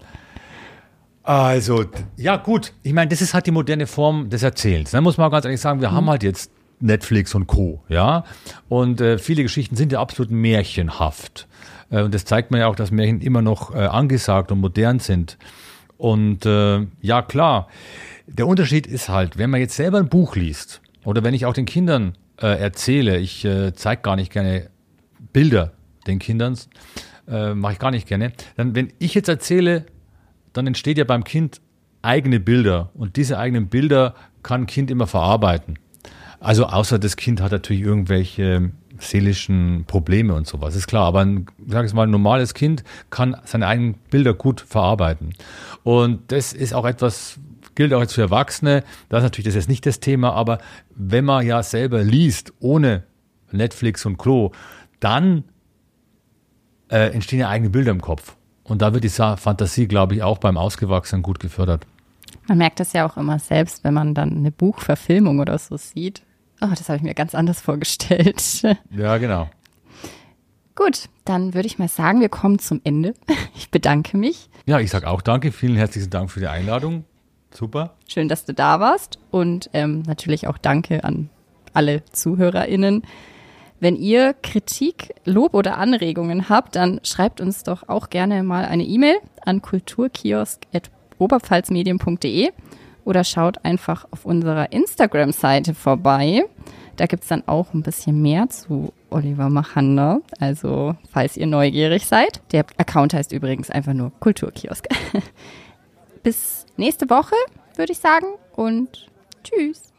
Also, ja gut, ich meine, das ist halt die moderne Form des Erzählens. Da muss man ganz ehrlich sagen, wir mhm. haben halt jetzt Netflix und Co., ja, und äh, viele Geschichten sind ja absolut märchenhaft. Äh, und das zeigt mir ja auch, dass Märchen immer noch äh, angesagt und modern sind. Und äh, ja, klar, der Unterschied ist halt, wenn man jetzt selber ein Buch liest oder wenn ich auch den Kindern äh, erzähle, ich äh, zeige gar nicht gerne Bilder den Kindern, äh, mache ich gar nicht gerne, dann wenn ich jetzt erzähle, dann entsteht ja beim Kind eigene Bilder und diese eigenen Bilder kann ein Kind immer verarbeiten. Also außer das Kind hat natürlich irgendwelche seelischen Probleme und sowas, ist klar. Aber ein, sag ich mal, ein normales Kind kann seine eigenen Bilder gut verarbeiten. Und das ist auch etwas, gilt auch jetzt für Erwachsene. Das ist natürlich das ist nicht das Thema, aber wenn man ja selber liest, ohne Netflix und Co., dann äh, entstehen ja eigene Bilder im Kopf. Und da wird die Fantasie, glaube ich, auch beim Ausgewachsenen gut gefördert. Man merkt das ja auch immer selbst, wenn man dann eine Buchverfilmung oder so sieht. Oh, das habe ich mir ganz anders vorgestellt. Ja, genau. Gut, dann würde ich mal sagen, wir kommen zum Ende. Ich bedanke mich. Ja, ich sage auch danke. Vielen herzlichen Dank für die Einladung. Super. Schön, dass du da warst. Und ähm, natürlich auch danke an alle ZuhörerInnen. Wenn ihr Kritik, Lob oder Anregungen habt, dann schreibt uns doch auch gerne mal eine E-Mail an kulturkiosk at oberpfalzmedien punkt de oder schaut einfach auf unserer Instagram-Seite vorbei. Da gibt es dann auch ein bisschen mehr zu Oliver Machander, also falls ihr neugierig seid. Der Account heißt übrigens einfach nur Kulturkiosk. Bis nächste Woche, würde ich sagen, und tschüss.